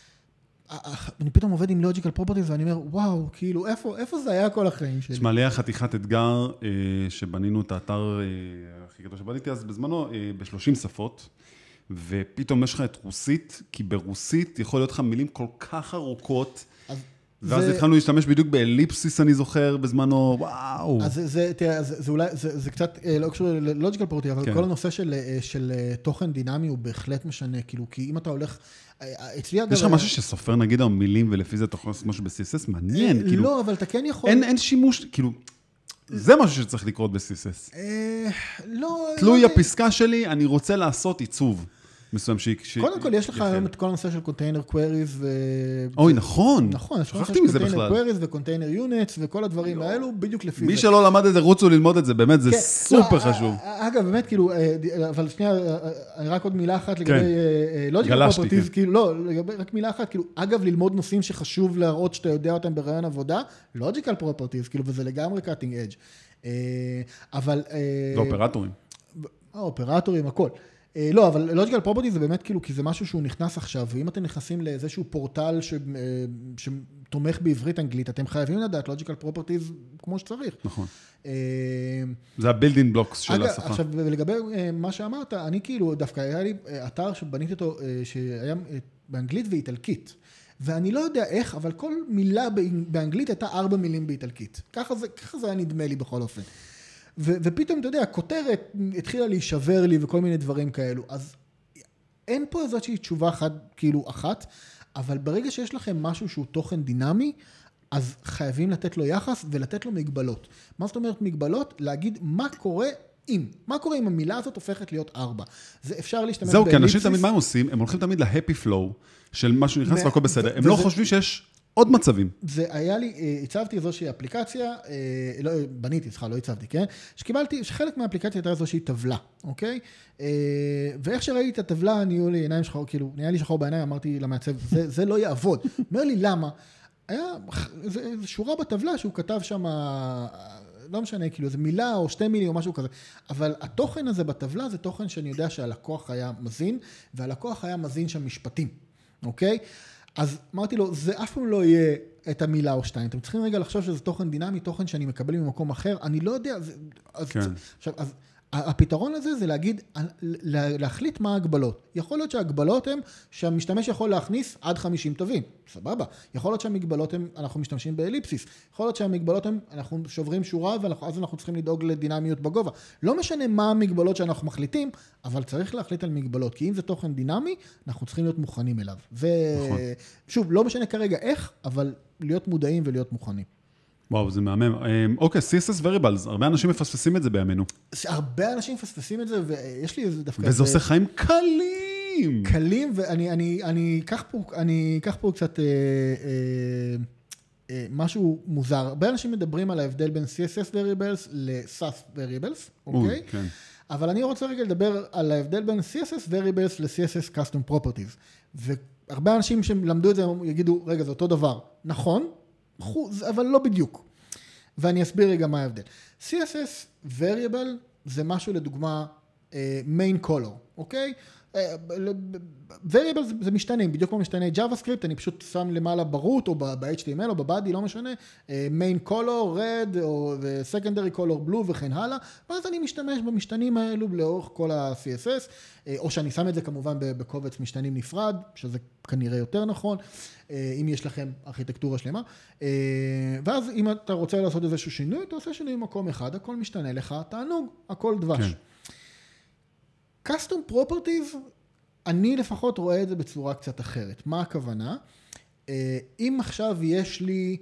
אני פתאום עובד עם logical properties, ואני אומר, וואו, כאילו, איפה זה היה כל החיים שלי? תשמע, לי היה חתיכת אתגר, שבנינו את האתר הכי גדול שבניתי, אז בזמנו, ב-30 שפות, ופתאום יש לך את רוסית, כי ברוסית יכול להיות לך מילים כל כך ארוכות, ואז התחלנו להשתמש בדיוק באליפסיס, אני זוכר, בזמנו, וואו. אז זה אולי, זה קצת לא קשור ללוג'יקל פרוטי, אבל כל הנושא של תוכן דינמי הוא בהחלט משנה, כאילו, כי אם אתה הולך, אצלי אגב... יש לך משהו שסופר, נגיד, המילים, ולפי זה אתה יכול לעשות משהו ב-CSS? מעניין, כאילו... לא, אבל אתה כן יכול... אין שימוש, כאילו... זה משהו שצריך לקרות ב-CSS. לא... תלוי הפסקה שלי, אני רוצה לעשות עיצוב. מסוים קודם כל, יש לך היום את כל הנושא של קונטיינר קוויריז אוי, נכון. נכון, שכחתי מזה בכלל. קונטיינר קוויריז וקונטיינר יוניטס וכל הדברים האלו, בדיוק לפי זה. מי שלא למד את זה, רוצו ללמוד את זה, באמת, זה סופר חשוב. אגב, באמת, כאילו, אבל שנייה, רק עוד מילה אחת לגבי לוג'יקל פרופרטיז, כאילו, לא, רק מילה אחת, כאילו, אגב, ללמוד נושאים שחשוב להראות שאתה יודע אותם ברעיון עבודה, לוג'יקל פרופרטיז, כאילו, וזה לגמרי קאטינג אדג'. אבל... זה אופרטורים. אופרטורים, הכל. לא, אבל לוג'יקל פרופרטיז זה באמת כאילו, כי זה משהו שהוא נכנס עכשיו, ואם אתם נכנסים לאיזשהו פורטל שתומך בעברית-אנגלית, אתם חייבים לדעת לוג'יקל פרופרטיז כמו שצריך. נכון. זה הבילדין בלוקס של השפה. עכשיו, ולגבי מה שאמרת, אני כאילו, דווקא היה לי אתר שבניתי אותו, שהיה באנגלית ואיטלקית. ואני לא יודע איך, אבל כל מילה באנגלית הייתה 4 מילים באיטלקית. ככה זה היה נדמה לי בכל אופן. ופתאום, אתה יודע, הכותרת התחילה להישבר לי וכל מיני דברים כאלו. אז אין פה איזושהי תשובה אחת, אבל ברגע שיש לכם משהו שהוא תוכן דינמי, אז חייבים לתת לו יחס ולתת לו מגבלות. מה זאת אומרת מגבלות? להגיד מה קורה אם המילה הזאת הופכת להיות 4. זה אפשר להשתמש זהו, כי אנשים תמיד מה הם עושים? הם הולכים תמיד להפי פלואו של משהו נכנס והכל בסדר. הם לא חושבים שיש... עוד מצבים. זה היה לי, הצבתי איזושהי אפליקציה, בניתי, לא הצבתי, כן? שקיבלתי, שחלק מהאפליקציה הייתה איזושהי טבלה, אוקיי? ואיך שראיתי את הטבלה, נהיו לי עיניים שחור, כאילו, נהיה לי שחור בעיניים, אמרתי למעצב, זה לא יעבוד. אומר לי, למה? היה שורה בטבלה שהוא כתב שם, לא משנה, כאילו, איזו מילה או 2 מילים או משהו כזה, אבל התוכן הזה בטבלה זה תוכן שאני יודע שהלקוח היה מזין, והלקוח היה מזין שם משפטים, אוקיי? אז אמרתי לו, זה אף פעם לא יהיה את המילה או 2. אתם צריכים רגע לחשוב שזה תוכן דינמי, תוכן שאני מקבל ממקום אחר. אני לא יודע. כן. עכשיו, אז הפתרון לזה זה להגיד, להחליט מה ההגבלות. יכול להיות שההגבלות הן שהמשתמש יכול להכניס עד 50 תווים. סבבה. יכול להיות שהמגבלות הן, אנחנו משתמשים באליפסיס. יכול להיות שהמגבלות הן, אנחנו שוברים שורה, ואז אנחנו צריכים לדאוג לדינמיות בגובה. לא משנה מה המגבלות שאנחנו מחליטים, אבל צריך להחליט על מגבלות. כי אם זה תוכן דינמי, אנחנו צריכים להיות מוכנים אליו. ושוב, לא משנה כרגע איך, אבל להיות מודעים ולהיות מוכנים. וואו, זה מהמם. אוקיי, CSS Variables, הרבה אנשים מפספסים את זה בימינו. הרבה אנשים מפספסים את זה, ויש לי איזה דווקא... וזה עושה חיים קלים. קלים, ואני אקח פה קצת משהו מוזר. הרבה אנשים מדברים על ההבדל בין CSS Variables ל-SAS Variables, אוקיי? כן. אבל אני רוצה רגע לדבר על ההבדל בין CSS Variables ל-CSS Custom Properties. והרבה אנשים שלמדו את זה יגידו, רגע, זה אותו דבר. נכון, אבל לא בדיוק. ואני אסביר רגע מה ההבדל. CSS Variable זה משהו לדוגמה main color, אוקיי? Variable זה משתנים, בדיוק כמו משתני JavaScript, אני פשוט שם למעלה ברוט או ב-HTML או בבאדי, לא משנה, main color, red או secondary color blue וכן הלאה, ואז אני משתמש במשתנים האלו לאורך כל ה-CSS, או שאני שם את זה כמובן בקובץ משתנים נפרד, שזה כנראה יותר נכון, אם יש לכם ארכיטקטורה שלמה, ואז אם אתה רוצה לעשות איזשהו שינוי, אתה עושה שינוי במקום אחד, הכל משתנה לך, תענוג, הכל דבש. כן. Custom Properties, אני לפחות רואה את זה בצורה קצת אחרת. מה הכוונה? אם עכשיו יש לי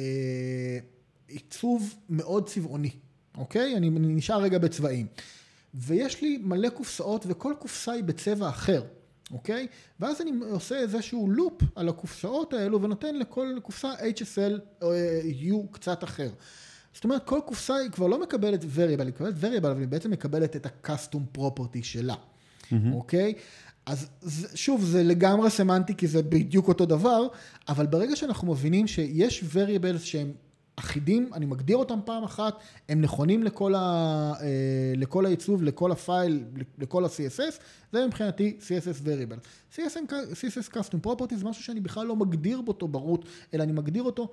עיצוב מאוד צבעוני, אוקיי? אני נשאר רגע בצבעים. ויש לי מלא קופסאות, וכל קופסה היא בצבע אחר, אוקיי? ואז אני עושה איזשהו לופ על הקופסאות האלו, ונותן לכל קופסה HSL או U קצת אחר. זאת אומרת, כל קופסה היא כבר לא מקבלת variable, היא מקבלת variable, אבל היא בעצם מקבלת את ה-custom property שלה, אוקיי? אז שוב, זה לגמרי סמנטי, כי זה בדיוק אותו דבר, אבל ברגע שאנחנו מבינים שיש variables שהם אחידים, אני מגדיר אותם פעם אחת, הם נכונים לכל העיצוב, לכל הפייל, לכל ה-CSS, זה מבחינתי CSS variable. CSS custom property זה משהו שאני בכלל לא מגדיר אותו ברוט, אלא אני מגדיר אותו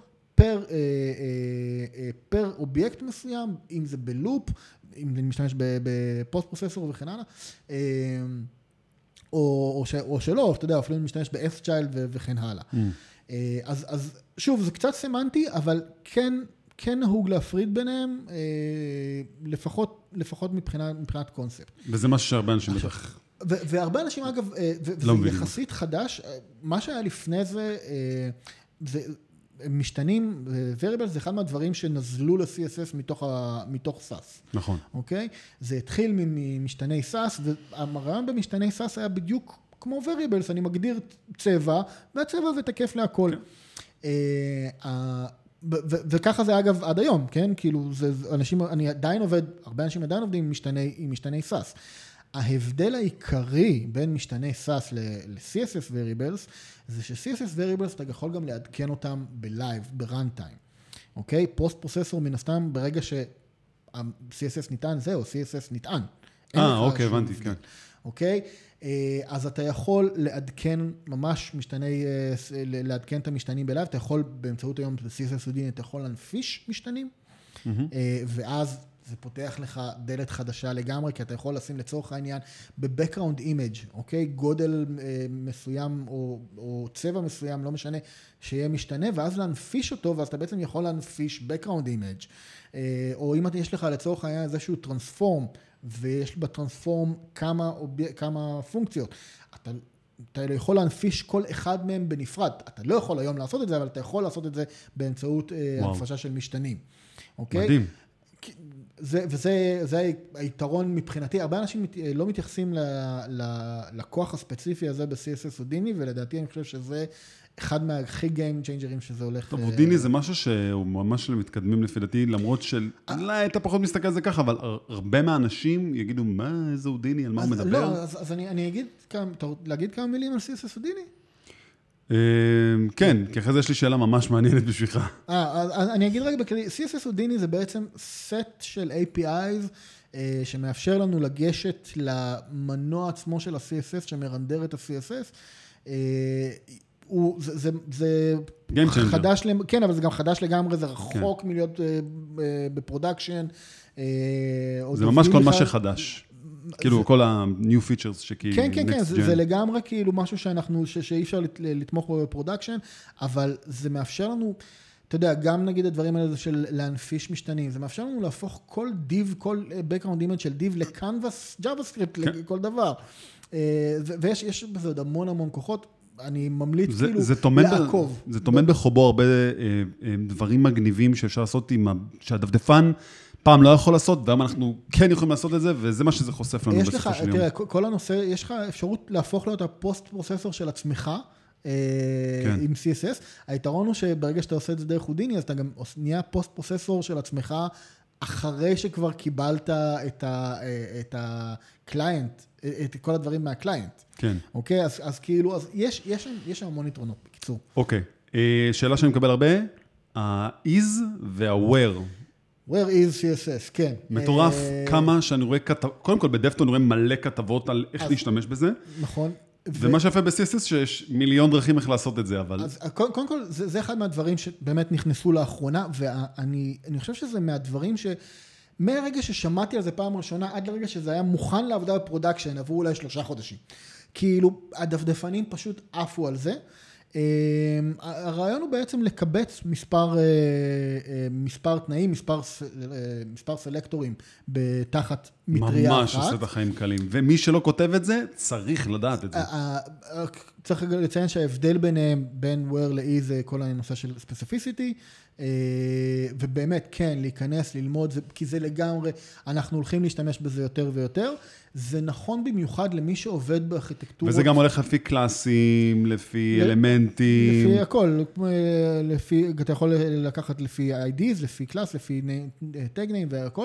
פר אובייקט מסוים, אם זה בלופ, אם אני משתמש בפוסט פרוססור וכן הלאה, או שלא, אתה יודע, אפילו אני משתמש ב-S-Child וכן הלאה. אז שוב, זה קצת סמנטי, אבל כן נהוג להפריד ביניהם, לפחות מבחינת קונספט. וזה משהו שהרבה אנשים בטח. והרבה אנשים, אגב, וזה יחסית חדש, מה שהיה לפני זה, משתנים, variables זה אחד מהדברים שנזלו ל-CSS מתוך SAS. נכון. אוקיי? זה התחיל ממשתני SAS, והרעיון במשתני SAS היה בדיוק כמו variables, אני מגדיר צבע, והצבע זה תקף להכל. וככה זה אגב עד היום, כן? כאילו, אני עדיין עובד, הרבה אנשים עדיין עובדים עם משתני SAS. ההבדל העיקרי בין משתני SAS ל-CSS variables, זה ש-CSS variables אתה יכול גם לעדכן אותם בלייב, ברן-טיים. אוקיי? פוסט-פרוססור מן הסתם, ברגע שה-CSS ניתן, זהו, CSS נטען. אוקיי, הבנתי, כן. אוקיי? אז אתה יכול לעדכן ממש לעדכן את המשתנים בלייב, אתה יכול באמצעות היום ב-CSS Houdini, אתה יכול להנפיש משתנים, ואז זה פותח לך דלת חדשה לגמרי, כי אתה יכול לשים לצורך העניין ב-background image, אוקיי? גודל מסוים או צבע מסוים, לא משנה, שיהיה משתנה, ואז להנפיש אותו, ואז אתה בעצם יכול להנפיש background image. או אם יש לך לצורך העניין איזשהו טרנספורם, ויש בטרנספורם כמה פונקציות, אתה יכול להנפיש כל אחד מהם בנפרד. אתה לא יכול היום לעשות את זה, אבל אתה יכול לעשות את זה באמצעות הנפשה של משתנים. אוקיי? מדהים. וזה היתרון מבחינתי. הרבה אנשים לא מתייחסים ללקוח הספציפי הזה ב-CSS Houdini, ולדעתי אני חושב שזה אחד מהכי Game Changer'ים שזה הולך... טוב, Houdini זה משהו שהוא ממש מתקדמים לפי דעתי, למרות שאולי אתה פחות מסתכל על זה ככה, אבל הרבה מהאנשים יגידו, מה, איזה Houdini, על מה הוא מדבר? לא, אז אני אגיד, להגיד כמה מילים על CSS Houdini? כן, כי אחרי זה יש לי שאלה ממש מעניינת בשבילך. אני אגיד רגע בכלי, CSS Houdini זה בעצם סט של APIs שמאפשר לנו לגשת למנוע עצמו של ה-CSS שמרנדר את ה-CSS. זה חדש, כן, אבל זה גם חדש לגמרי, זה רחוק מלהיות בפרודקשן. זה ממש כל מה שחדש. כאילו כל ה-new features שכאילו... כן, זה לגמרי כאילו משהו שאי אפשר לתמוך בו בפרודקשן, אבל זה מאפשר לנו, אתה יודע, גם נגיד הדברים האלה של להנפיש משתנים, זה מאפשר לנו להפוך כל div, כל background image של div לקנבס, JavaScript, לכל דבר. ויש בזה עוד המון כוחות, אני ממליץ כאילו לעקוב. זה תומן בחובו הרבה דברים מגניבים שאפשר לעשות שהדפדפן פעם לא יכול לעשות, והיום אנחנו כן יכולים לעשות את זה, וזה מה שזה חושף לנו בסופו של יום. תראה, כל הנושא, יש לך אפשרות להפוך להיות הפוסט-פרוססור של עצמך, עם CSS. היתרון הוא שברגע שאתה עושה את זה דרך Houdini, אז אתה גם נהיה פוסט-פרוססור של עצמך, אחרי שכבר קיבלת את הקליינט, את כל הדברים מהקליינט. כן. אוקיי? אז כאילו, יש שם המון יתרונות, בקיצור. אוקיי. שאלה שאני מקבל הרבה, ה-is וה-where. where is CSS, כן. מטורף, כמה שאני רואה קודם כל בדפטון רואה מלא כתבות על איך להשתמש בזה. נכון. ומה שיפה ב-CSS שיש מיליון דרכים איך לעשות את זה, אבל... אז קודם כל, זה אחד מהדברים שבאמת נכנסו לאחרונה, ואני חושב שזה מהדברים מהרגע ששמעתי על זה פעם ראשונה, עד לרגע שזה היה מוכן לעבודה בפרודקשן, עברו אולי 3 חודשים. כאילו, הדפדפנים פשוט עפו על זה. הרעיון הוא בעצם לקבץ מספר תנאים, מספר סלקטורים בתחת מטריה אחת. ממש עושה את החיים קלים. ומי שלא כותב את זה, צריך לדעת את זה. צריך לציין שההבדל ביניהם, בין where ל-is זה כל הנושא של ספציפיסיטי, ובאמת, כן, להיכנס, ללמוד, כי זה לגמרי, אנחנו הולכים להשתמש בזה יותר ויותר. זה נכון במיוחד למי שעובד בארכיטקטורות. וזה גם הולך לפי קלאסים, לפי אלמנטים. לפי הכל. אתה יכול לקחת לפי IDs, לפי קלאס, לפי tag name והכל.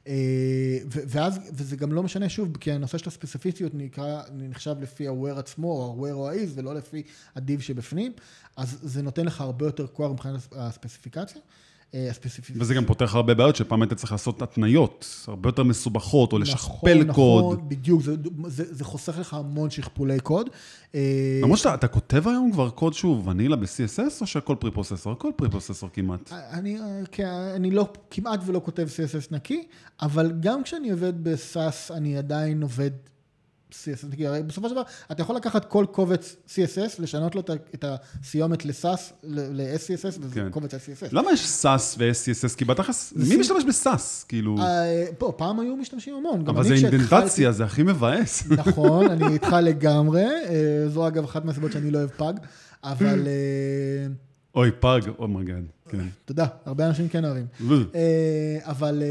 וזה גם לא משנה שוב, כי הנושא של הספציפיציות נחשב לפי ה-where עצמו, או ה-where או ה-is, ולא לפי ה-div שבפנים. אז זה נותן לך הרבה יותר כוח מבחינת הספציפיקציה. וזה גם פותח הרבה בעיות, שפעם היית צריך לעשות התניות, הרבה יותר מסובכות, או לשכפל קוד. נכון, בדיוק, זה חוסך לך המון שכפולי קוד. למרות שאתה כותב היום כבר קוד שהוא ונילה ב-CSS, או שהכל פריפרוססור? הכל פריפרוססור כמעט. אני לא, כמעט ולא כותב CSS נקי, אבל גם כשאני עובד ב-SAS, אני עדיין עובד CSS, הרי בסופו של דבר, אתה יכול לקחת כל קובץ CSS, לשנות לו את הסיומת ל-SAS, ל-SCSS, וזה קובץ SCSS. למה יש SAS ו-SCSS? כי בתכלס, מי משתמש ב-SAS? כאילו... פה, פעם היו משתמשים המון. אבל זה אינדנטציה, זה הכי מבאס. נכון, אני איתך לגמרי. זו אגב אחת מהסיבות שאני לא אוהב פאג, אבל... אוי, פאג, אומייגאד, כן. תודה, הרבה אנשים כן אוהבים. אבל...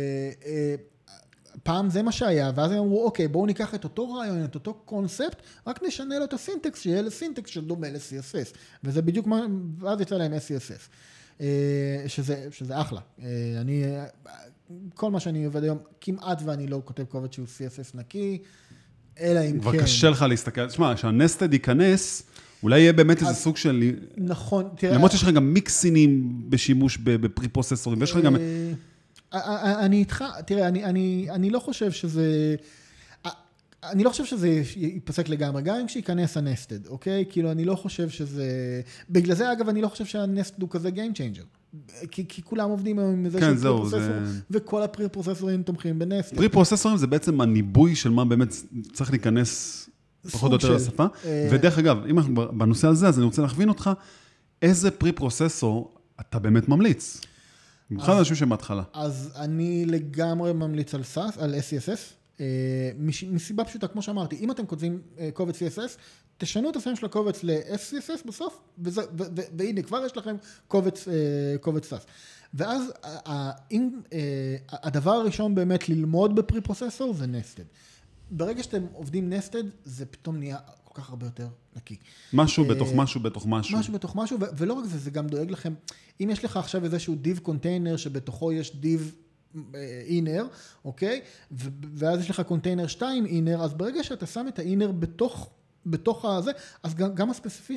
פעם זה מה שהיה, ואז הם אמרו, אוקיי, בואו ניקח את אותו רעיון, את אותו קונספט, רק נשנה לו את הסינטקס, שיהיה לסינטקס שדומה ל-CSS. וזה בדיוק מה, ואז יצא להם SCSS. שזה אחלה. כל מה שאני עובד היום, כמעט ואני לא כותב קובץ שהוא CSS נקי, אלא אם כן. כבר קשה לך להסתכל, תשמע, שהנסטד ייכנס, אולי יהיה באמת איזה סוג של... נכון, תראה... למרות שיש לך גם מיקסינים בשימוש בפרי-פרוססורים, ויש לך גם... אני איתך, תראה, אני לא חושב שזה... אני לא חושב שזה ייפסק לגמרי, גם אם שייכנס הנסטד, אוקיי? כאילו, אני לא חושב שזה... בגלל זה, אגב, אני לא חושב שהנסטד הוא כזה Game Changer. כי כולם עובדים עם איזה כן, שהוא פרי-פרוססור, וכל הפרי-פרוססורים תומכים בנסטד. פרי-פרוססורים זה בעצם הניבוי של מה באמת צריך להיכנס פחות או יותר לשפה. ודרך אגב, אם אנחנו בנושא הזה, אז אני רוצה להכווין אותך, איזה פרי-פרוססור אתה באמת ממליץ? במיוחד אנשים שמההתחלה. אז אני לגמרי ממליץ על SAS, על SCSS, מסיבה פשוטה, כמו שאמרתי, אם אתם כותבים קובץ CSS, תשנו את השם של הקובץ ל-SCSS בסוף, והנה, כבר יש לכם קובץ SAS. ואז הדבר הראשון באמת ללמוד בפרי-פרוססור זה נסטד. ברגע שאתם עובדים נסטד, זה פתאום נהיה כל כך הרבה יותר נקי. משהו בתוך משהו בתוך משהו. משהו בתוך משהו, ולא רק זה, זה גם דואג לכם, אם יש לך עכשיו איזשהו div container שבתוכו יש div inner, אוקיי? ואז יש לך container 2 inner, אז ברגע שאתה שם את ה-inner בתוך הזה, אז גם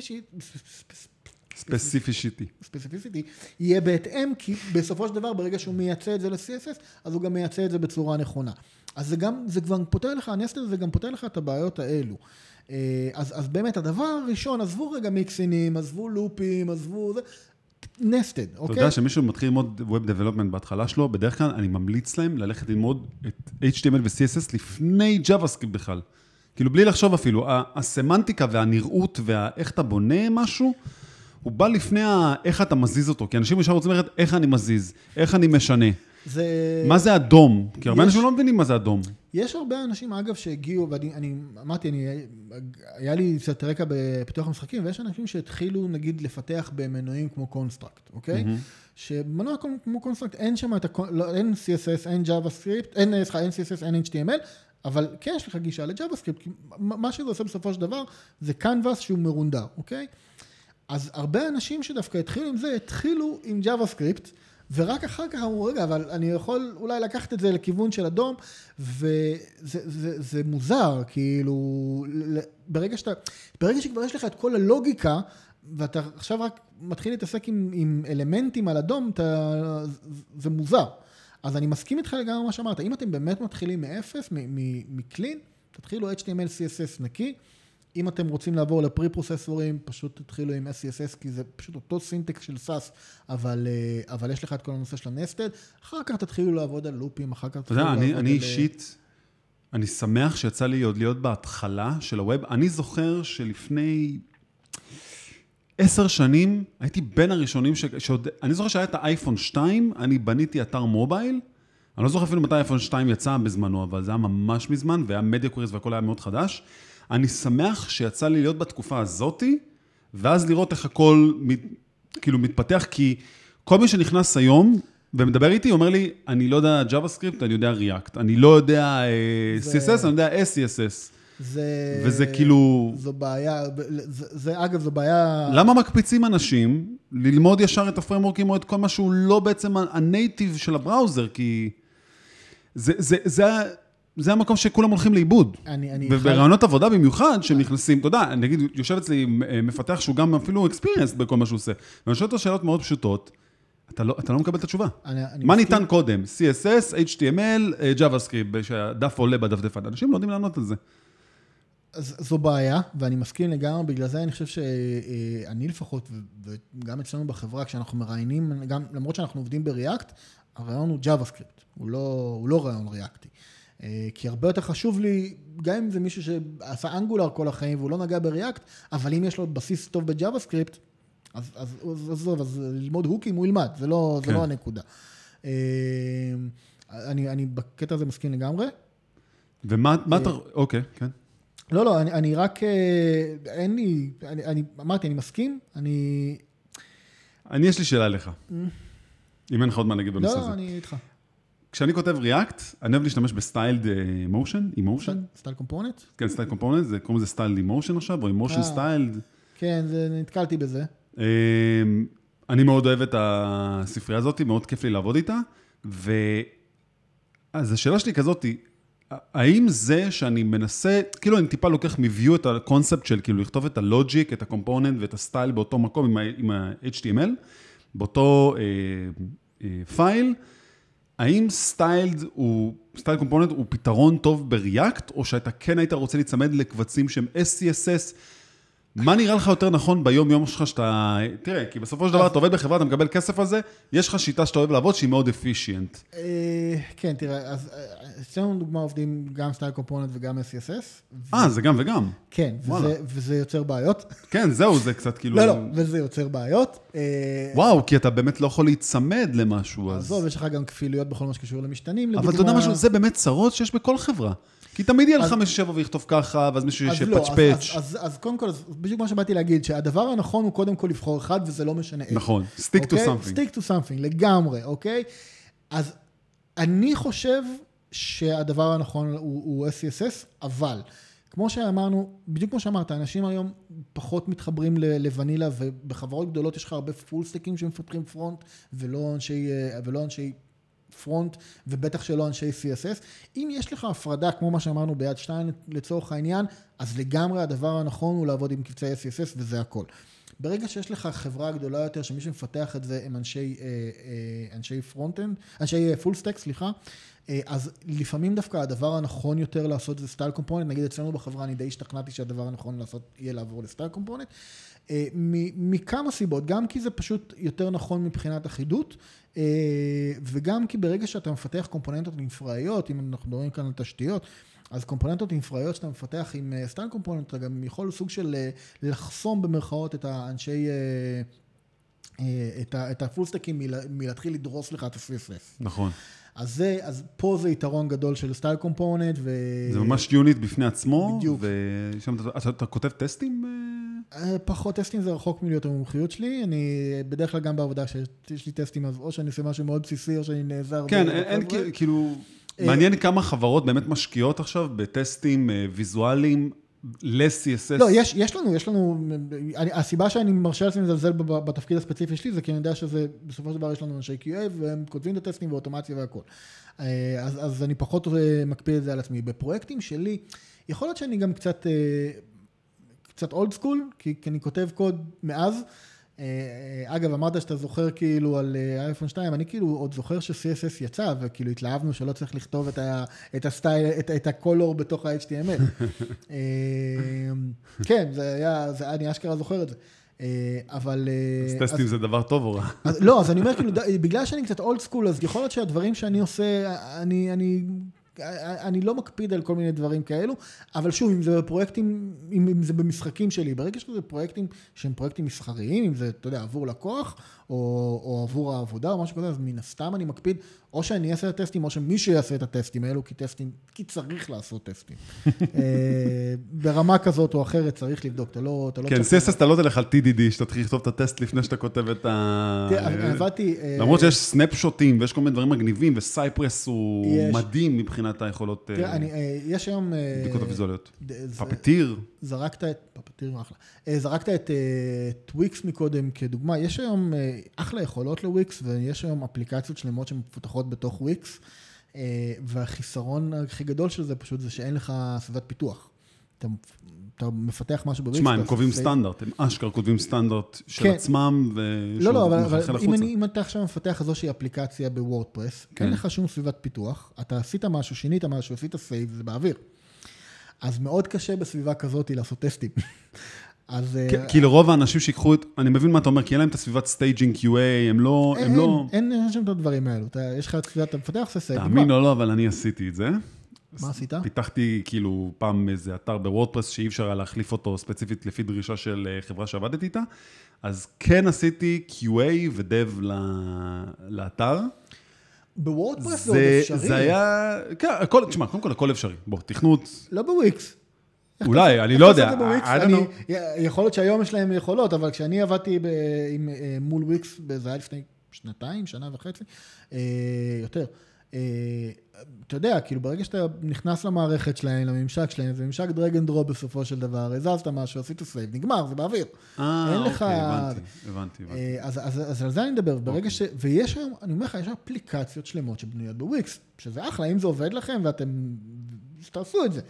ספציפיסיטי יהיה בהתאם, כי בסופו של דבר, ברגע שהוא מייצא את זה ל-CSS, אז הוא גם מייצא את זה בצורה נכונה. אז זה כבר פותר לך, הנסטד הזה גם פותר לך את הבעיות האלו. אז באמת, הדבר הראשון, עזבו רגע מיקסינים, עזבו לופים, עזבו זה, נסטד, אוקיי? אתה יודע שמישהו מתחיל ללמוד Web Development בהתחלה שלו, בדרך כלל אני ממליץ להם ללכת ללמוד את HTML ו-CSS לפני JavaScript בכלל. כאילו בלי לחשוב אפילו, הסמנטיקה והנראות ואיך אתה בונה משהו, הוא בא לפני איך אתה מזיז אותו, כי אנשים ישר רוצים ללכת איך אני מזיז, איך אני משנה. מה זה אדום? כי הרבה אנשים לא מבינים מה זה אדום. יש הרבה אנשים, אגב, שהגיעו, ואני אמרתי, היה לי קצת רקע בפיתוח המשחקים, ויש אנשים שהתחילו, נגיד, לפתח במנועים כמו קונסטרקט, אוקיי? שמנוע כמו קונסטרקט, אין שם אין CSS, אין JavaScript, אין CSS, אין HTML, אבל כן יש לך גישה ל-JavaScript, מה שזה עושה בסופו של דבר, זה קנבאס שהוא מרונדר, אוקיי? אז הרבה אנשים שדווקא התחילו עם זה, התחילו עם JavaScript, ורק אחר כך אמרו, רגע, אבל אני יכול אולי לקחת את זה לכיוון של אדום, וזה מוזר, כאילו, ברגע שכבר יש לך את כל הלוגיקה, ואתה עכשיו רק מתחיל להתעסק עם אלמנטים על אדום, זה מוזר. אז אני מסכים איתך לגמרי מה שאמרת, אם אתם באמת מתחילים מאפס, מקלין, תתחילו HTML, CSS נקי, אם אתם רוצים לעבור לפרי-פרוססורים, פשוט תתחילו עם SCSS, כי זה פשוט אותו סינטקס של SAS, אבל יש לך את כל הנושא של הנסטד, אחר כך תתחילו לעבוד על לופים, אחר כך תתחילו לעבוד על... אני אישית, אני שמח שיצא לי עוד להיות בהתחלה של הווב. אני זוכר שלפני 10 שנים, הייתי בין הראשונים אני זוכר שהיה את האייפון 2, אני בניתי אתר מובייל, אני לא זוכר אפילו מתי האייפון 2 יצא בזמנו, אבל זה היה ממש מזמן, והיה מדיה קוויריז והכל היה מאוד חדש. אני שמח שיצא לי להיות בתקופה הזאת, ואז לראות איך הכל כאילו מתפתח, כי כל מי שנכנס היום ומדבר איתי, אומר לי, אני לא יודע JavaScript, אני יודע React, אני לא יודע CSS, אני יודע SCSS. וזה כאילו... זו בעיה, אגב, זו בעיה... למה מקפיצים אנשים ללמוד ישר את הפריימורקים או את כל מה שהוא לא בעצם הנייטיב של הבראוזר, כי זה המקום שכולם הולכים לאיבוד. וברעיונות עבודה במיוחד, שהם נכנסים, אתה יודע, נגיד, יושב אצלי מפתח שהוא גם אפילו experience בכל מה שהוא עושה, ואני שואל אותו שאלות מאוד פשוטות, אתה לא מקבל את התשובה. מה ניתן קודם? CSS, HTML, JavaScript, שהדף עולה בדפדפן. אנשים לא יודעים לענות על זה. זו בעיה, ואני מסכים לגמרי, בגלל זה אני חושב שאני לפחות, וגם אצלנו בחברה, כשאנחנו מראיינים, למרות שאנחנו עובדים בריאקט, הרעיון הוא JavaScript, הוא לא רעיון ריאקטי. כי הרבה יותר חשוב לי, גם אם זה מישהו שעשה אנגולר כל החיים, והוא לא נגע בריאקט, אבל אם יש לו בסיס טוב בג'אווה סקריפט, אז ללמוד הוקים הוא ילמד, זה לא הנקודה. אני בקטע הזה מסכים לגמרי. ומה אתה... אוקיי, כן. לא, אני רק... אמרתי, אני מסכים, יש לי שאלה לך. אם אין לך עוד מה להגיד בנושא הזה. לא, אני איתך. כשאני כותב React, אני אוהב להשתמש בסטיילד emotion. סטייל קומפוננט? כן, סטייל קומפוננט, קוראים לזה סטיילד emotion עכשיו, או emotion סטיילד. כן, נתקלתי בזה. אני מאוד אוהב את הספרייה הזאת, מאוד כיף לי לעבוד איתה, אז השאלה שלי כזאת, האם זה שאני מנסה, כאילו אני טיפה לוקח מ-view את הקונספט של כאילו לכתוב את הלוג'יק, את הקומפוננט ואת הסטייל באותו מקום עם ה-HTML, באותו פייל, האם סטייל קומפוננט הוא פתרון טוב בריאקט, או שאתה כן היית רוצה להצמד לקבצים שהם SCSS, מה נראה לך יותר נכון ביום יום שלך שאתה... תראה, כי בסופו של דבר אתה עובד בחברה, אתה מקבל כסף על זה, יש לך שיטה שאתה אוהב לעבוד שהיא מאוד אפישיינט. כן, תראה, אז אצלנו דוגמה עובדים גם סטייל קומפוננט וגם SCSS. זה גם וגם. כן, וזה יוצר בעיות. כן, זהו, זה קצת כאילו... לא, וזה יוצר בעיות. וואו, כי אתה באמת לא יכול להיצמד למשהו, אז... עזוב, יש לך גם כפילויות בכל מה שקשור למשתנים. אבל אתה יודע משהו, זה באמת צרות שיש בכל חברה. כי תמיד יהיה לך מישהו שבא ויכתוב ככה, ואז מישהו שפצ'פץ'. אז קודם כל, בדיוק מה שבאתי להגיד, שהדבר הנכון הוא קודם כל לבחור אחד, וזה לא משנה. נכון, stick to something. stick to something, לגמרי, אוקיי? אז אני חושב שהדבר הנכון הוא SCSS, אבל, כמו שאמרנו, בדיוק כמו שאמרת, אנשים היום פחות מתחברים לוונילה, ובחברות גדולות יש לך הרבה פול סטקים שמפתחים פרונט, ולא אנשי פרונט, ובטח שלא אנשי CSS. אם יש לך הפרדה, כמו מה שאמרנו ביד 2 לצורך העניין, אז לגמרי הדבר הנכון הוא לעבוד עם קבצי CSS, וזה הכל. ברגע שיש לך חברה גדולה יותר, שמי שמפתח את זה הם אנשי פרונט-אנד, אנשי פול סטק, סליחה, אז לפעמים דווקא הדבר הנכון יותר לעשות זה סטייל קומפוננט, נגיד אצלנו בחברה אני די השתכנעתי שהדבר הנכון לעשות יהיה לעבור לסטייל קומפוננט, מכמה סיבות, גם כי זה פשוט יותר נכון מבחינת אחידות, וגם כי ברגע שאתה מפתח קומפוננטות נפרעיות, אם אנחנו מדברים כאן על תשתיות, אז קומפוננטות נפרעיות שאתה מפתח עם סטייל קומפוננט, אתה גם יכול סוג של לחסום במרכאות את האנשי, את הפולסטקים מלהתחיל לדרוס לך את ה-CSS. נכון. אז פה זה יתרון גדול של סטייל קומפוננט. זה ממש יוניט בפני עצמו. בדיוק. אתה כותב טסטים? פחות טסטים, זה רחוק מלהיות המומחיות שלי. אני בדרך כלל גם בעבודה שיש לי טסטים, אז או שאני עושה משהו מאוד בסיסי, או שאני נעזר. כן, אין כאילו... מעניין כמה חברות באמת משקיעות עכשיו בטסטים ויזואליים ל-CSS. לא, יש לנו, הסיבה שאני מרשה לעצמי לזלזל בתפקיד הספציפי שלי, זה כי אני יודע שזה, בסופו של דבר יש לנו אנשי QA, והם כותבים את הטסטים ואוטומציה והכל. אז אני פחות מקפיד את זה על עצמי. בפרויקטים שלי, יכול להיות שאני גם קצת אולד סקול, כי אני כותב קוד מאז. אגב, אמרת שאתה זוכר כאילו על אייפון 2, אני כאילו עוד זוכר ש-CSS יצא, וכאילו התלהבנו שלא צריך לכתוב את הסטייל, את הקולור בתוך ה-HTML. כן, אני אשכרה זוכר את זה. אבל... אז טסטים זה דבר טוב או רע? לא, אז אני אומר כאילו, בגלל שאני קצת אולד סקול, אז יכול להיות שהדברים שאני עושה, אני לא מקפיד על כל מיני דברים כאלו, אבל שוב, אם זה בפרויקטים, אם זה במשחקים שלי, ברגע שזה פרויקטים שהם פרויקטים מסחריים, אם זה, אתה יודע, עבור לקוח, או עבור העבודה, או משהו כזה, אז מן הסתם אני מקפיד, או שאני אעשה את הטסטים, או שמישהו יעשה את הטסטים האלו, כי צריך לעשות טסטים. ברמה כזאת או אחרת צריך לבדוק, אתה לא... כן, CSS אתה לא תלך על TDD, שאתה תתחיל לכתוב את הטסט לפני שאתה כותב את ה... עבדתי... למרות שיש סנפשוטים, ויש כל מיני דברים מגניבים, וסייפרס הוא מדהים מבחינת היכולות... יש היום... בדיקות הוויזואליות. פפטיר. זרקת את טוויקס מקודם כדוגמה, יש היום אחלה יכולות לוויקס, ויש היום אפליקציות שלמות שמפותחות בתוך וויקס, והחיסרון הכי גדול של זה פשוט זה שאין לך סביבת פיתוח. אתה מפתח משהו בוויקס. תשמע, הם קובעים סטנדרט, הם אשכרה כותבים סטנדרט של עצמם, לא, אבל אם אתה עכשיו מפתח איזושהי אפליקציה בוורדפרס, אין לך שום סביבת פיתוח, אתה עשית משהו, שינית משהו, עשית סייב, זה באוויר. אז מאוד קשה בסביבה כזאת לעשות טסטים. כי לרוב האנשים שיקחו את, אני מבין מה אתה אומר, כי אין להם את הסביבת סטייג'ינג QA, הם לא... אין שם את הדברים האלו, יש לך את סביבת, אתה מפתח, עושה סייב. תאמין או לא, אבל אני עשיתי את זה. מה עשית? פיתחתי כאילו פעם איזה אתר בוורדפרס שאי אפשר היה להחליף אותו ספציפית לפי דרישה של חברה שעבדתי איתה, אז כן עשיתי QA ו-Dev לאתר. בוורדפרס זה עוד אפשרי. זה היה, כן, תשמע, קודם כל הכל אפשרי. בוא, תכנות. לא בוויקס. אולי, אני לא יודע. יכול להיות שהיום יש להם יכולות, אבל כשאני עבדתי מול וויקס, זה היה לפני שנתיים, שנה וחצי, יותר. אתה יודע, כאילו ברגע שאתה נכנס למערכת שלהם, לממשק שלהם, זה ממשק דרג אנד דרופ בסופו של דבר, הזזת משהו, עשית סייב, נגמר, זה באוויר. אין לך... הבנתי. אז על זה אני מדבר, ברגע ש... ויש היום, אני אומר לך, יש אפליקציות שלמות שבנויות בוויקס, שזה אחלה, אם זה עובד לכם ואתם... תעשו את זה.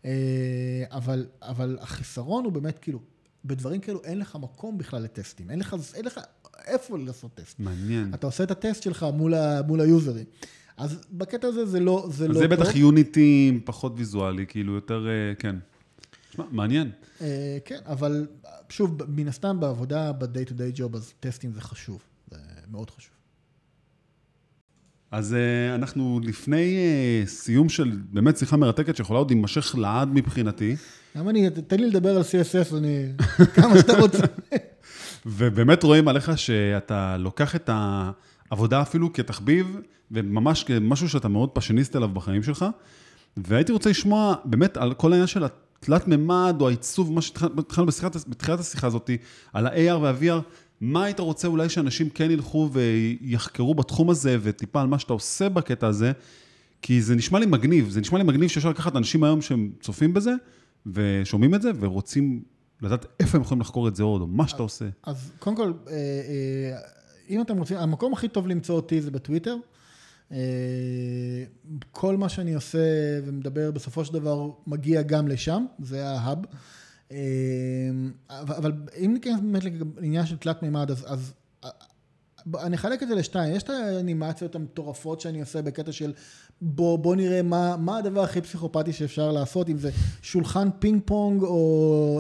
אבל החיסרון הוא באמת כאילו, בדברים כאלו אין לך מקום בכלל לטסטים, אין לך איפה לעשות טסט. מעניין. אתה עושה את הטסט שלך מול היוזרים. אז בקטע הזה זה לא טוב. אז זה בטח יוניטי פחות ויזואלי, כאילו יותר, כן. מעניין. כן, אבל שוב, מן הסתם בעבודה, ב-day to day job, אז טסטים זה חשוב, זה מאוד חשוב. אז אנחנו לפני סיום של באמת שיחה מרתקת שיכולה עוד להימשך לעד מבחינתי. תן לי לדבר על CSS, כמה שאתה רוצה. ובאמת רואים עליך שאתה לוקח את העבודה אפילו כתחביב, וממש כמשהו שאתה מאוד פשניסט אליו בחיים שלך, והייתי רוצה לשמוע באמת על כל העניין של התלת ממד, או העיצוב, מה שהתחלנו בתחילת השיחה הזאת, על ה-AR וה-VR, מה היית רוצה אולי שאנשים כן ילכו ויחקרו בתחום הזה, וטיפה על מה שאתה עושה בקטע הזה, כי זה נשמע לי מגניב, שאפשר לקחת אנשים היום שהם צופים בזה, ושומעים את זה, ורוצים לדעת איפה הם יכולים לחקור את זה עוד, או מה שאתה עושה. אז קודם כל, אם אתם רוצים, המקום הכי טוב למצוא אותי זה בטוויטר. כל מה שאני עושה ומדבר בסופו של דבר מגיע גם לשם, זה ההאב. אבל אם ניכנס באמת לעניין של תלת מימד, אז אני אחלק את זה לשתיים. יש את האנימציות המטורפות שאני עושה בקטע של בוא נראה מה הדבר הכי פסיכופתי שאפשר לעשות, אם זה שולחן פינג פונג או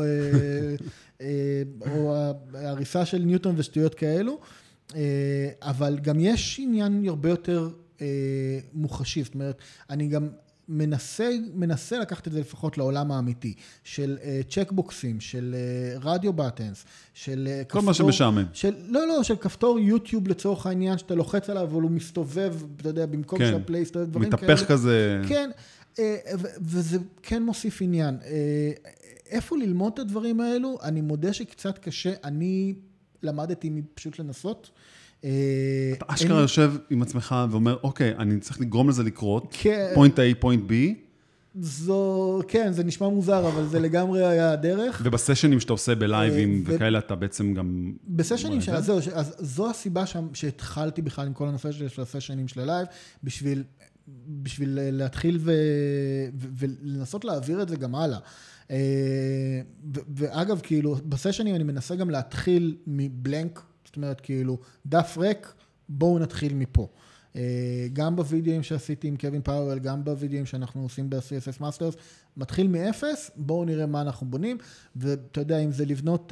הריסה של ניוטון ושטויות כאלו. אבל גם יש עניין הרבה יותר מוחשי, זאת אומרת, אני גם מנסה לקחת את זה לפחות לעולם האמיתי, של צ'קבוקסים, של רדיו בטנס, של כל מה שמשעמם. של כפתור יוטיוב לצורך העניין, שאתה לוחץ עליו, אבל הוא מסתובב, אתה יודע, במקום שהפלייס, דברים כאלה. מתהפך כזה. כן, וזה כן מוסיף עניין. איפה ללמוד את הדברים האלו? אני מודה שקצת קשה, אני למדתי פשוט לנסות. אתה אשכרה יושב עם עצמך ואומר, אוקיי, אני צריך לגרום לזה לקרות, פוינט A, פוינט B. כן, זה נשמע מוזר, אבל זה לגמרי היה הדרך. ובסשנים שאתה עושה בלייבים וכאלה, אתה בעצם גם... בסשנים זהו, אז זו הסיבה שהתחלתי בכלל עם כל הנושא של הסשנים של הלייב, בשביל להתחיל ולנסות להעביר את זה גם הלאה. ואגב, כאילו, בסשנים אני מנסה גם להתחיל מבלנק, זאת אומרת, כאילו, דף ריק, בואו נתחיל מפה. גם בווידאוים שעשיתי עם קווין פאוול, גם בווידאוים שאנחנו עושים ב-CSS Masters, מתחיל מאפס, בואו נראה מה אנחנו בונים, ואתה יודע, אם זה לבנות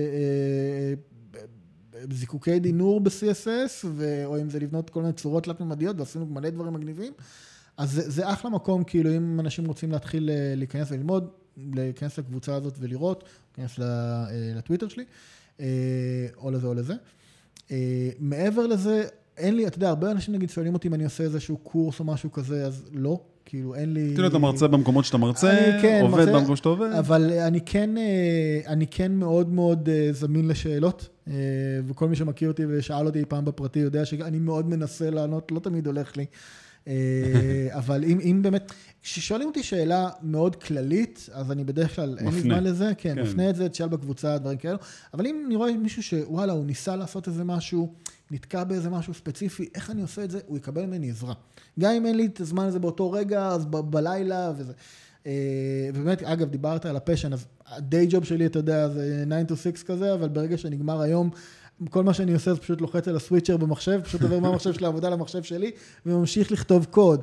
זיקוקי דינור ב-CSS, או אם זה לבנות כל מיני צורות תלת-ממדיות, ועשינו מלא דברים מגניבים, אז זה אחלה מקום, כאילו, אם אנשים רוצים להתחיל להיכנס וללמוד, להיכנס לקבוצה הזאת ולראות, להיכנס לטוויטר שלי, או לזה או לזה. מעבר לזה, אין לי, אתה יודע, הרבה אנשים נגיד שואלים אותי אם אני עושה איזשהו קורס או משהו כזה, אז לא, כאילו אין לי... תראה, אתה מרצה במקומות שאתה מרצה, עובד במקומות שאתה עובד. אבל אני כן מאוד מאוד זמין לשאלות, וכל מי שמכיר אותי ושאל אותי פעם בפרטי יודע שאני מאוד מנסה לענות, לא תמיד הולך לי. אבל אם באמת, כששואלים אותי שאלה מאוד כללית, אז אני בדרך כלל, אין לי זמן לזה, כן, מפנה את זה, תשאל בקבוצה, דברים כאלו, אבל אם אני רואה מישהו שוואלה, הוא ניסה לעשות איזה משהו, נתקע באיזה משהו ספציפי, איך אני עושה את זה? הוא יקבל ממני עזרה. גם אם אין לי את הזמן הזה באותו רגע, אז בלילה וזה. ובאמת, אגב, דיברת על הפשן, אז הדיי ג'וב שלי, אתה יודע, זה 9 to 6 כזה, אבל ברגע שנגמר היום, כל מה שאני עושה זה פשוט לוחץ על הסוויצ'ר במחשב, פשוט עובר מהמחשב של העבודה למחשב שלי, וממשיך לכתוב קוד.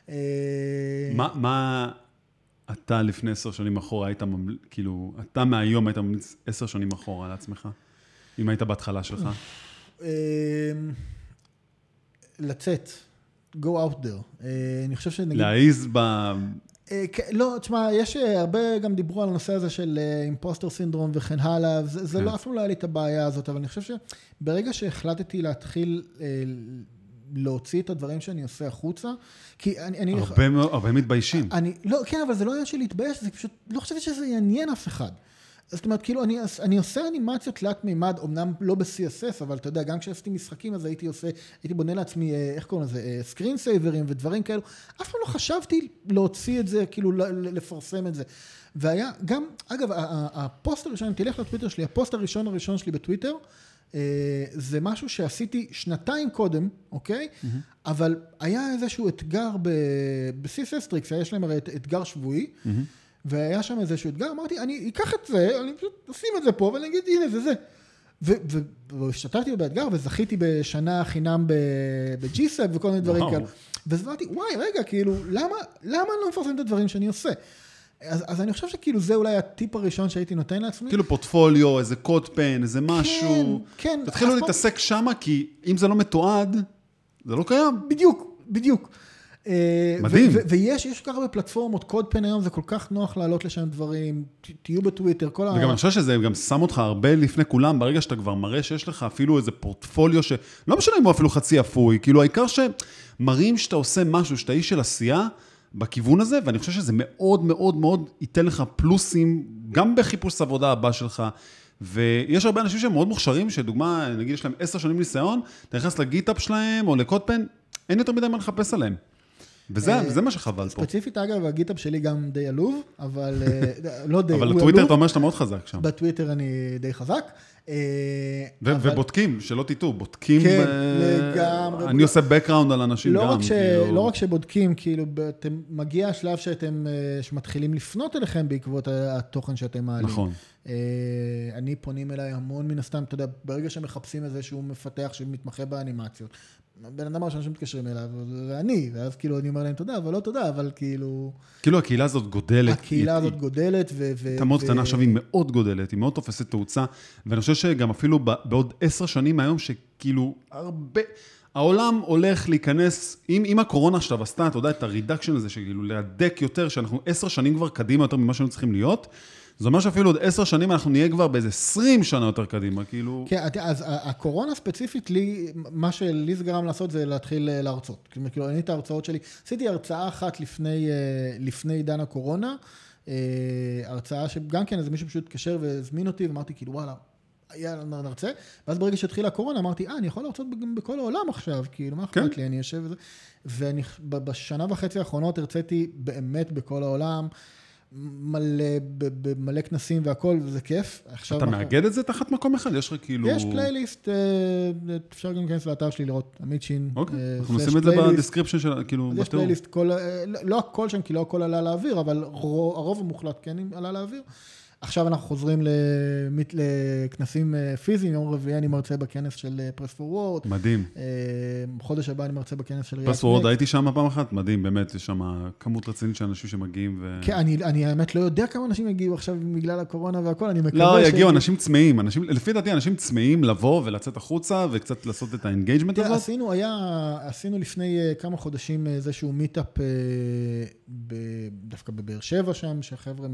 מה אתה לפני 10 שנים אחורה, כאילו, אתה מהיום היית ממליץ 10 שנים אחורה לעצמך, אם היית בהתחלה שלך? לצאת, go out there. אני חושב שנגיד... להעיז לא, תשמע, יש הרבה גם דיברו על הנושא הזה של אימפוסטר סינדרום וכן הלאה, זה לא, אפילו לא היה לי את הבעיה הזאת, אבל אני חושב שברגע שהחלטתי להתחיל להוציא את הדברים שאני עושה החוצה, כי אני... הרבה מתביישים. לא, כן, אבל זה לא היה של להתבייש, זה פשוט, לא חושבת שזה יעניין אף אחד. זאת אומרת, כאילו, אני עושה אנימציות תלת מימד, אמנם לא ב-CSS, אבל אתה יודע, גם כשעשיתי משחקים, אז הייתי בונה לעצמי, איך קוראים לזה, סקרין סייברים ודברים כאלו. אף פעם לא חשבתי להוציא את זה, כאילו, לפרסם את זה. והיה גם, אגב, הפוסט הראשון, אם תלך לטוויטר שלי, הפוסט הראשון שלי בטוויטר, זה משהו שעשיתי 2 קודם, אוקיי? אבל היה איזשהו אתגר ב-CSS טריקס, יש להם הרי אתגר שבועי, והיה שם איזשהו אתגר, אמרתי, אני אקח את זה, אני פשוט אשים את זה פה, ואני אגיד, הנה, זה. והשתתפתי באתגר, וזכיתי בשנה חינם ב-G-Sep וכל מיני דברים כאלה. ואמרתי, וואי, רגע, כאילו, למה אני לא מפרסם את הדברים שאני עושה? אז אני חושב שכאילו זה אולי הטיפ הראשון שהייתי נותן לעצמי. כאילו פורטפוליו, איזה קוד פן, איזה משהו. כן. תתחילו להתעסק שמה, כי אם זה לא מתועד, זה לא קיים. בדיוק. מדהים. ויש כל כך הרבה פלטפורמות, קוד פן היום זה כל כך נוח לעלות לשם דברים, תהיו בטוויטר, כל וגם אני חושב שזה גם שם אותך הרבה לפני כולם, ברגע שאתה כבר מראה שיש לך אפילו איזה פורטפוליו לא משנה אם הוא אפילו חצי אפוי, כאילו העיקר שמראים שאתה עושה משהו, שאתה איש של עשייה בכיוון הזה, ואני חושב שזה מאוד מאוד מאוד ייתן לך פלוסים, גם בחיפוש עבודה הבא שלך, ויש הרבה אנשים שהם מאוד מוכשרים, שדוגמה, נגיד יש להם 10 שנים ניסיון, אתה נכנס לגיטאפ שלהם או לקוד פן, אין יותר מדי מה לחפש עליהם. וזה מה שחבל פה. ספציפית, אגב, הגיטאפ שלי גם די עלוב, אבל לא די, הוא אבל עלוב. בטוויטר אתה אומר שאתה מאוד חזק שם. בטוויטר אני די חזק. ובודקים, שלא תטעו, בודקים. כן, לגמרי. אני עושה background על אנשים גם. לא רק שבודקים, כאילו, מגיע השלב שמתחילים לפנות אליכם בעקבות התוכן שאתם מעלים. נכון. אני פונים אליי המון מן הסתם, אתה יודע, ברגע שמחפשים איזשהו מפתח שמתמחה באנימציות, בן אדם הראשון שמתקשרים אליו, זה אני, ואז כאילו אני אומר להם תודה, אבל לא תודה, אבל כאילו... כאילו הקהילה הזאת גודלת. הקהילה הזאת גודלת הייתה מאוד קטנה, עכשיו היא מאוד גודלת, היא מאוד תופסת תאוצה, ואני חושב שגם אפילו בעוד 10 שנים מהיום, שכאילו הרבה... העולם הולך להיכנס, אם הקורונה עכשיו עשתה, אתה יודע, את הרידקשן הזה, שכאילו להדק יותר, שאנחנו 10 שנים כבר קדימה יותר ממה שאנחנו צריכים להיות, זאת אומרת שאפילו עוד 10 שנים אנחנו נהיה כבר באיזה 20 שנה יותר קדימה, כאילו... כן, אז הקורונה ספציפית לי, מה שלי זה גרם לעשות זה להתחיל להרצות. כאילו, אני את ההרצאות שלי, עשיתי הרצאה אחת לפני עידן הקורונה, הרצאה שגם כן איזה מישהו פשוט התקשר והזמין אותי, ואמרתי כאילו וואלה, נרצה, ואז ברגע שהתחילה הקורונה אמרתי, אני יכול להרצות בכל העולם עכשיו, כאילו מה אכפת לי, אני יושב וזה, ובשנה וחצי האחרונות הרציתי באמת בכל העולם, מלא כנסים והכל, וזה כיף. אתה מאגד את זה תחת מקום אחד? יש לך כאילו... יש פלייליסט, אפשר גם להיכנס לאתר שלי לראות, עמיתשין. אוקיי, אנחנו נשים את זה בדיסקריפשן של, כאילו, יש פלייליסט, לא הכל שם, כי לא הכל עלה לאוויר, אבל הרוב המוחלט כן עלה לאוויר. עכשיו אנחנו חוזרים לכנסים פיזיים, יום רביעי אני מרצה בכנס של פרס פור וורד. מדהים. חודש הבא אני מרצה בכנס של פרס פור וורד, הייתי שם פעם אחת, מדהים, באמת, יש שם כמות רצינית של אנשים שמגיעים. כן, אני האמת לא יודע כמה אנשים יגיעו עכשיו בגלל הקורונה והכל, אני מקווה לא, יגיעו אנשים צמאים, לפי דעתי אנשים צמאים לבוא ולצאת החוצה וקצת לעשות את האנגייג'מנט הזאת. עשינו לפני כמה חודשים איזשהו מיטאפ דווקא בבאר שבע שם, שהחבר'ה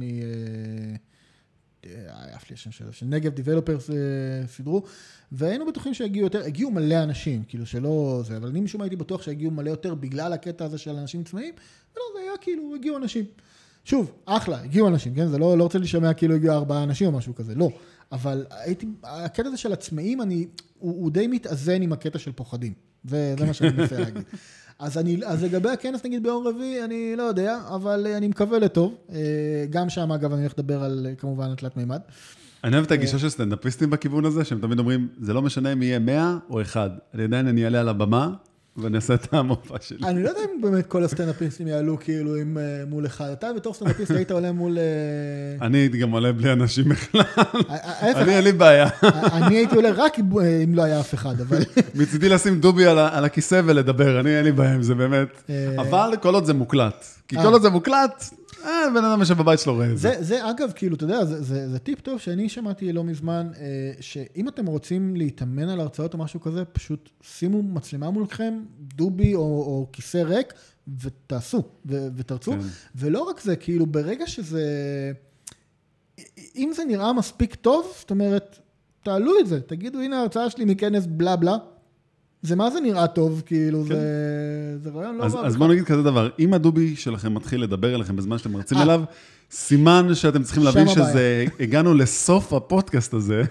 אף לי השם של נגב דיבלופרס סידרו, והיינו בטוחים שהגיעו יותר, הגיעו מלא אנשים, כאילו שלא זה, אבל אני משום הייתי בטוח שהגיעו מלא יותר בגלל הקטע הזה של אנשים צמאים, ולא, זה היה כאילו, הגיעו אנשים. שוב, אחלה, הגיעו אנשים, כן? זה לא רוצה לשמע כאילו הגיעו 4 אנשים או משהו כזה, לא. אבל הקטע הזה של הצמאים, הוא די מתאזן עם הקטע של פוחדים. זה מה שאני מנסה להגיד. אז לגבי הכנס, נגיד ביום רביעי, אני לא יודע, אבל אני מקווה לטוב. גם שם, אגב, אני הולך לדבר על, כמובן, התלת מימד. אני אוהב את הגישה של סטנדאפיסטים בכיוון הזה, שהם תמיד אומרים, זה לא משנה אם יהיה 100 או 1. עדיין אני אעלה על הבמה, ואני אעשה את המופע שלי. אני לא יודע אם באמת כל הסטנדאפיסטים יעלו כאילו מול אחד. אתה בתור סטנדאפיסט היית עולה מול... אני הייתי גם עולה בלי אנשים בכלל. אני אין לי בעיה. אני הייתי עולה רק אם לא היה אף אחד, אבל... מצידי לשים דובי על הכיסא ולדבר, אני אין לי בעיה עם זה באמת. אבל כל עוד זה מוקלט. כי כל עוד זה מוקלט, בן אדם שבבית שלו רואה את זה. זה אגב, כאילו, אתה יודע, זה טיפ טוב שאני שמעתי לא מזמן, שאם אתם רוצים להתאמן על הרצאות או משהו כזה, פשוט שימו מצלמה מולכם, דובי או כיסא ריק, ותעשו, ותרצו. ולא רק זה, כאילו, ברגע שזה, אם זה נראה מספיק טוב, זאת אומרת, תעלו את זה, תגידו, הנה ההרצאה שלי מכנס בלה בלה, זה מה זה נראה טוב, כאילו, זה רעיון לא רע. אז בואו נגיד כזה דבר, אם הדובי שלכם מתחיל לדבר אליכם בזמן שאתם מרצים אליו, סימן שאתם צריכים להבין שזה, הגענו לסוף הפודקאסט הזה.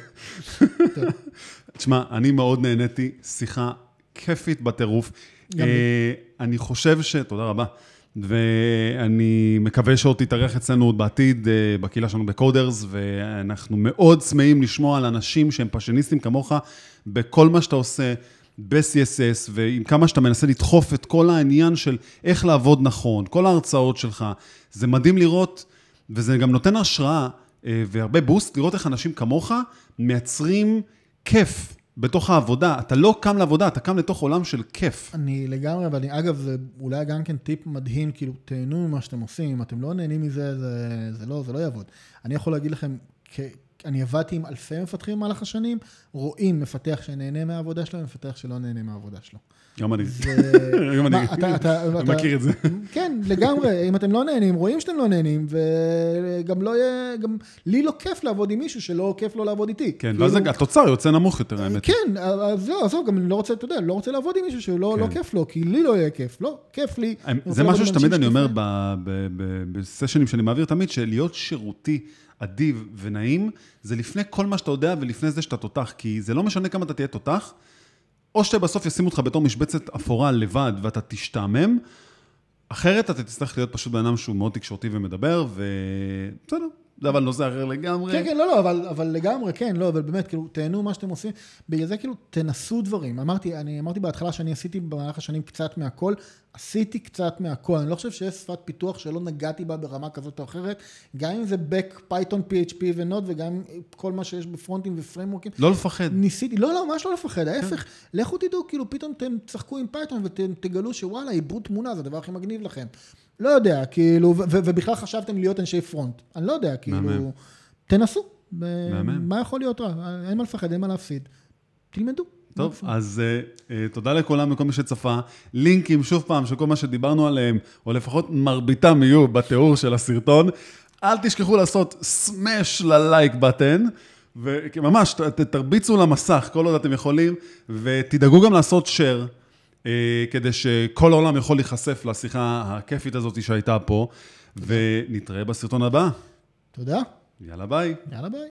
תשמע, אני מאוד נהניתי, שיחה כיפית בטירוף. אני חושב תודה רבה, ואני מקווה שעוד תתארח אצלנו בעתיד, בקהילה שלנו בקודרס, ואנחנו מאוד צמאים לשמוע על אנשים שהם פשניסטים כמוך, בכל מה שאתה עושה, ב-CSS, ועם כמה שאתה מנסה לדחוף את כל העניין של איך לעבוד נכון, כל ההרצאות שלך, זה מדהים לראות, וזה גם נותן השראה, והרבה בוסט, לראות איך אנשים כמוך מייצרים כיף בתוך העבודה. אתה לא קם לעבודה, אתה קם לתוך עולם של כיף. אני לגמרי, ואני, אגב, זה אולי גם כן טיפ מדהים, כאילו, תהנו ממה שאתם עושים, אם אתם לא נהנים מזה, זה לא יעבוד. אני יכול להגיד לכם, אני עבדתי עם אלפי מפתחים במהלך השנים, רואים מפתח שנהנה מהעבודה שלו, ומפתח שלא נהנה מהעבודה שלו. גם אני. אני מכיר את זה. כן, לגמרי. אם אתם לא נהנים, רואים שאתם לא נהנים, וגם לא יהיה, גם לי לא כיף לעבוד עם מישהו שלא כיף לו לעבוד איתי. כן, ואז התוצר יוצא נמוך יותר, האמת. כן, אז לא, עזוב, גם אני לא רוצה, אתה יודע, לא רוצה לעבוד עם מישהו שלא כיף לו, כי לי לא יהיה כיף. לא, כיף לי. זה משהו שתמיד אני אומר בסשנים שאני מעביר תמיד, שלהיות שירותי אדיב ונעים, זה לפני כל מה שאתה יודע ולפני זה שאתה תותח, כי זה לא משנה כמה אתה תהיה תותח, או שבסוף ישימו אותך בתור משבצת אפורה לבד ואתה תשתעמם, אחרת אתה תצטרך להיות פשוט בן אדם שהוא מאוד תקשורתי ומדבר, ובסדר, אבל לא זה אחר לגמרי. כן, כן, לא, אבל לגמרי, כן, לא, אבל באמת, כאילו, תהנו מה שאתם עושים, בגלל זה כאילו, תנסו דברים. אני אמרתי בהתחלה שאני עשיתי במהלך השנים קצת מהכל, עשיתי קצת מהכל, אני לא חושב שיש שפת פיתוח שלא נגעתי בה ברמה כזאת או אחרת, גם אם זה Back, Python, PHP ונוד, וגם כל מה שיש בפרונטים ופריימורקים. לא לפחד. ניסיתי, לא, ממש לא לפחד, ההפך, לכו תדעו, כאילו, פתאום אתם תשחקו עם Python ותגלו שוואלה, עיבוד תמונה, זה הדבר הכי מגניב לכם. לא יודע, כאילו, ובכלל חשבתם להיות אנשי פרונט. אני לא יודע, כאילו, תנסו. מה יכול להיות רע? אין מה לפחד, אין מה להפסיד. תלמדו. טוב, אז תודה לכולם וכל מי שצפה. לינקים, שוב פעם, שכל מה שדיברנו עליהם, או לפחות מרביתם יהיו בתיאור של הסרטון. אל תשכחו לעשות סמש ללייק בטן, וממש תרביצו למסך כל עוד אתם יכולים, ותדאגו גם לעשות share, כדי שכל העולם יכול להיחשף לשיחה הכיפית הזאת שהייתה פה, ונתראה בסרטון הבא. תודה. יאללה ביי. יאללה ביי.